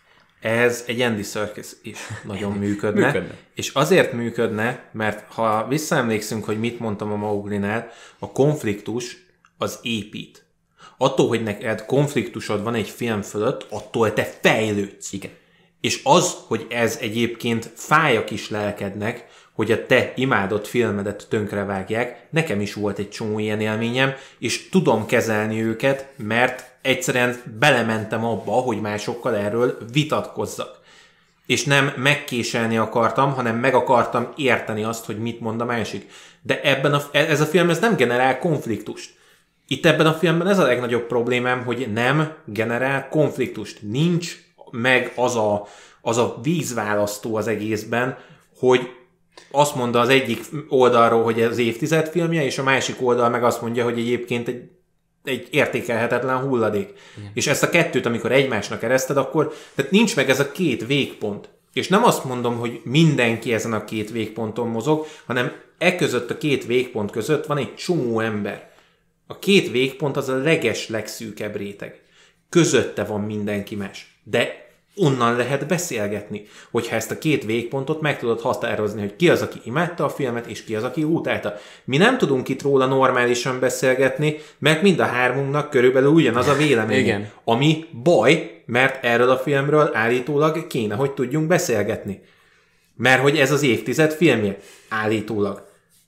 Ez egy Andy Serkis is nagyon működne. működne. És azért működne, mert ha visszaemlékszünk, hogy mit mondtam a Mauglinál, a konfliktus az épít. Attól, hogy neked konfliktusod van egy film fölött, attól te fejlődsz. Igen. És az, hogy ez egyébként fáj a kis lelkednek, hogy a te imádott filmedet tönkrevágják, nekem is volt egy csomó ilyen élményem, és tudom kezelni őket, mert egyszerűen belementem abba, hogy másokkal erről vitatkozzak. És nem megkéselni akartam, hanem meg akartam érteni azt, hogy mit mond a másik. De ebben a, ez a film ez nem generál konfliktust. Itt ebben a filmben ez a legnagyobb problémám, hogy nem generál konfliktust. Nincs meg az a, az a vízválasztó az egészben, hogy azt mondta az egyik oldalról, hogy ez évtized filmje, és a másik oldal meg azt mondja, hogy egyébként egy, egy értékelhetetlen hulladék. Igen. És ezt a kettőt, amikor egymásnak ereszted, akkor tehát nincs meg ez a két végpont. És nem azt mondom, hogy mindenki ezen a két végponton mozog, hanem e között a két végpont között van egy csomó ember. A két végpont az a leges, legszűkebb réteg. Közötte van mindenki más. De onnan lehet beszélgetni, hogyha ezt a két végpontot meg tudod határozni, hogy ki az, aki imádta a filmet, és ki az, aki utálta. Mi nem tudunk itt róla normálisan beszélgetni, mert mind a hármunknak körülbelül ugyanaz a vélemény. Igen. Ami baj, mert erről a filmről állítólag kéne, hogy tudjunk beszélgetni. Mert hogy ez az évtized filmje. Állítólag.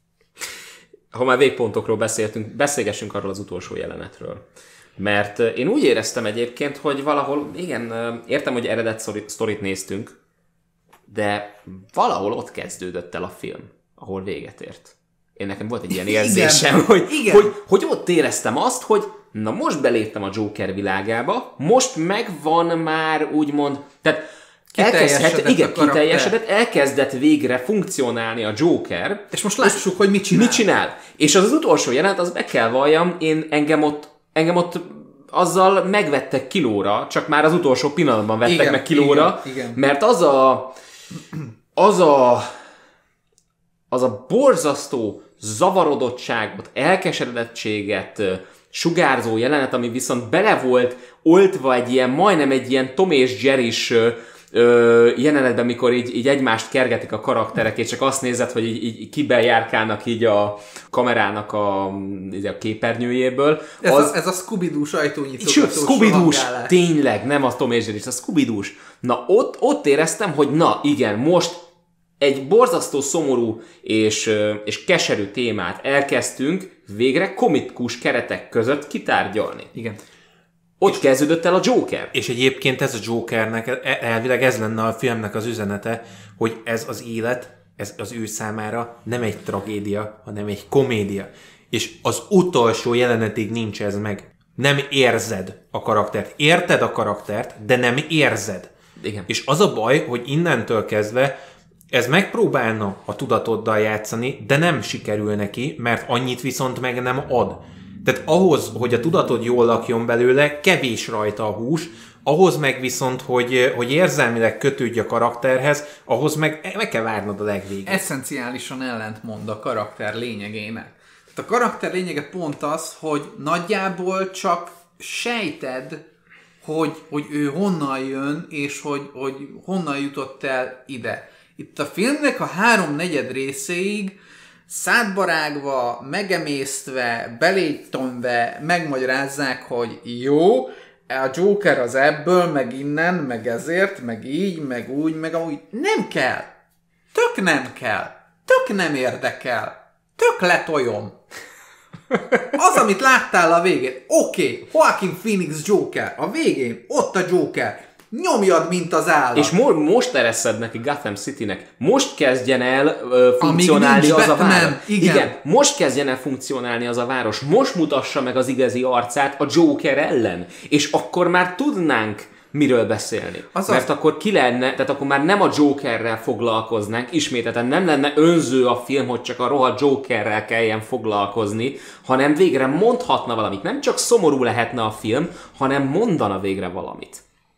Ha már végpontokról beszéltünk, beszélgessünk arról az utolsó jelenetről. Mert én úgy éreztem egyébként, hogy valahol, igen, értem, hogy eredet sztorit néztünk, de valahol ott kezdődött el a film, ahol véget ért. Én nekem volt egy ilyen érzésem, igen, hogy, igen. Hogy, hogy ott éreztem azt, hogy na most beléptem a Joker világába, most megvan már úgymond, tehát elkezdhet, igen, kiteljesedett, elkezdett végre funkcionálni a Joker. És most lássuk, hogy mit csinál. Mit csinál. És az az utolsó jelenet, az meg kell valljam, én engem ott, engem ott azzal megvettek kilóra, csak már az utolsó pillanatban vettek igen, meg kilóra, igen, igen. Mert az a az a az a borzasztó zavarodottságot, elkeseredettséget sugárzó jelenet, ami viszont bele volt oltva egy ilyen, majdnem egy ilyen Tom és Jerry-s ö, jelenetben, mikor így, így egymást kergetik a karakterek, és csak azt nézed, hogy így, így kiben járkálnak így a kamerának a, a képernyőjéből. Ez, az, a, ez a Scooby-Doo ajtónyitogatós sőt, Scooby-Dós, tényleg, nem a Tom és Jerry, a Scooby-Dós. Na, ott, ott éreztem, hogy na, igen, most egy borzasztó szomorú és, és keserű témát elkezdtünk végre komikus keretek között kitárgyalni. Igen. Ott és kezdődött el a Joker. És egyébként ez a Jokernek, elvileg ez lenne a filmnek az üzenete, hogy ez az élet, ez az ő számára nem egy tragédia, hanem egy komédia. És az utolsó jelenetig nincs ez meg. Nem érzed a karaktert. Érted a karaktert, de nem érzed. Igen. És az a baj, hogy innentől kezdve ez megpróbálna a tudatoddal játszani, de nem sikerül neki, mert annyit viszont meg nem ad. Tehát ahhoz, hogy a tudatod jól lakjon belőle, kevés rajta a hús, ahhoz meg viszont, hogy, hogy érzelmileg kötődj a karakterhez, ahhoz meg meg kell várnod a legvégét. Eszenciálisan ellentmond a karakter lényegének. Tehát a karakter lényege pont az, hogy nagyjából csak sejted, hogy, hogy ő honnan jön, és hogy, hogy honnan jutott el ide. Itt a filmnek a háromnegyed részéig szátbarágva, megemésztve, belégytonve megmagyarázzák, hogy jó, a Joker az ebből, meg innen, meg ezért, meg így, meg úgy, meg amúgy. Nem kell. Tök nem kell. Tök nem érdekel. Tök letoljom. Az, amit láttál a végén. Oké, okay, Joaquin Phoenix Joker. A végén ott a Joker. Nyomjad, mint az állat. És mo- most ereszed neki Gotham Citynek. Most kezdjen el uh, funkcionálni az a város. Igen. Igen, most kezdjen el funkcionálni az a város. Most mutassa meg az igazi arcát a Joker ellen. És akkor már tudnánk miről beszélni. Azaz. Mert akkor ki lenne, tehát akkor már nem a Jokerrel foglalkoznánk, ismételten nem lenne önző a film, hogy csak a rohadt Jokerrel kelljen foglalkozni, hanem végre mondhatna valamit. Nem csak szomorú lehetne a film, hanem mondana végre valamit.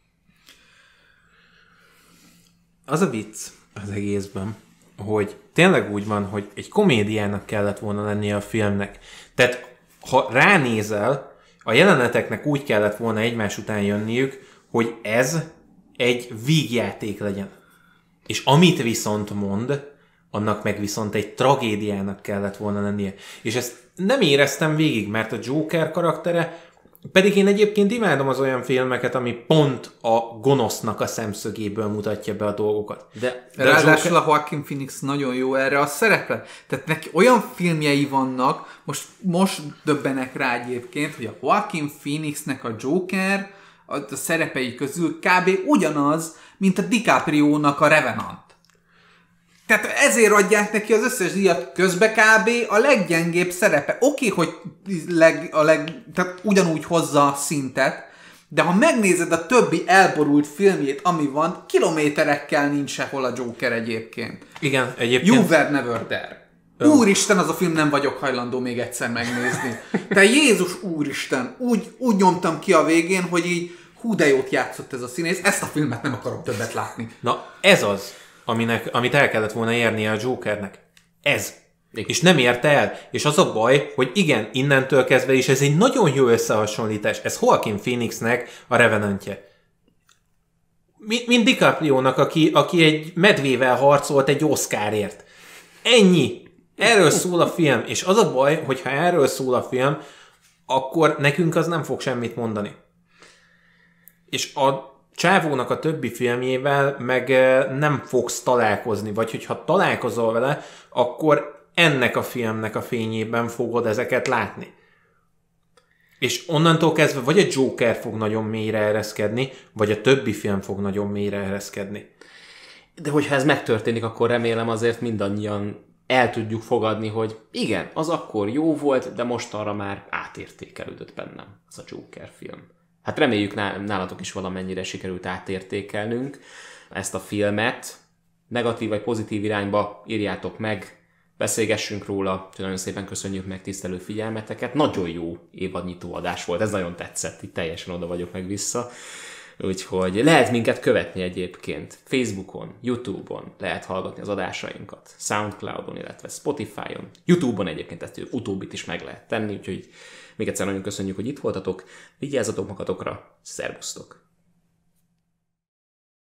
Az a vicc az egészben, hogy tényleg úgy van, hogy egy komédiának kellett volna lennie a filmnek. Tehát, ha ránézel, a jeleneteknek úgy kellett volna egymás után jönniük, hogy ez egy vígjáték legyen. És amit viszont mond, annak meg viszont egy tragédiának kellett volna lennie. És ezt nem éreztem végig, mert a Joker karaktere, pedig én egyébként imádom az olyan filmeket, ami pont a gonosznak a szemszögéből mutatja be a dolgokat. De, de ráadásul a Joaquin Phoenix nagyon jó erre a szerepre. Tehát neki olyan filmjei vannak, most, most döbbenek rá egyébként, hogy a Joaquin Phoenixnek a Joker a, a szerepei közül kb. Ugyanaz, mint a DiCaprio-nak a Revenant. Tehát ezért adják neki az összes díjat, közbe kb. A leggyengébb szerepe. Oké, okay, hogy leg, a leg, tehát ugyanúgy hozza a szintet, de ha megnézed a többi elborult filmjét, ami van, kilométerekkel nincs sehol a Joker egyébként. Igen, egyébként. You were never there. Úristen, az a film nem vagyok hajlandó még egyszer megnézni. Te Jézus úristen, úgy, úgy nyomtam ki a végén, hogy így hú de jót játszott ez a színész, ezt a filmet nem akarom többet látni. Na, ez az. Aminek, amit el kellett volna érnie a Jokernek. Ez. És nem érte el. És az a baj, hogy igen, innentől kezdve is ez egy nagyon jó összehasonlítás. Ez Joaquin Phoenixnek a Revenantje. Mint DiCaprio-nak, aki, aki egy medvével harcolt egy Oscarért. Ennyi. Erről szól a film. És az a baj, hogy ha erről szól a film, akkor nekünk az nem fog semmit mondani. És a csávónak a többi filmjével meg nem fogsz találkozni, vagy hogyha találkozol vele, akkor ennek a filmnek a fényében fogod ezeket látni. És onnantól kezdve vagy a Joker fog nagyon mélyre ereszkedni, vagy a többi film fog nagyon mélyre ereszkedni. De hogyha ez megtörténik, akkor remélem azért mindannyian el tudjuk fogadni, hogy igen, az akkor jó volt, de mostanra már átértékelődött bennem az a Joker film. Hát reméljük nálatok is valamennyire sikerült átértékelnünk, ezt a filmet. Negatív vagy pozitív irányba írjátok meg, beszélgessünk róla, nagyon szépen köszönjük meg tisztelő figyelmeteket. Nagyon jó évadnyitó adás volt, ez nagyon tetszett, itt teljesen oda vagyok meg vissza. Úgyhogy lehet minket követni egyébként Facebookon, YouTube-on, lehet hallgatni az adásainkat, Soundcloudon, illetve Spotify-on. YouTube-on egyébként ezt utóbbit is meg lehet tenni, úgyhogy még egyszer nagyon köszönjük, hogy itt voltatok, vigyázzatok magatokra, szervusztok!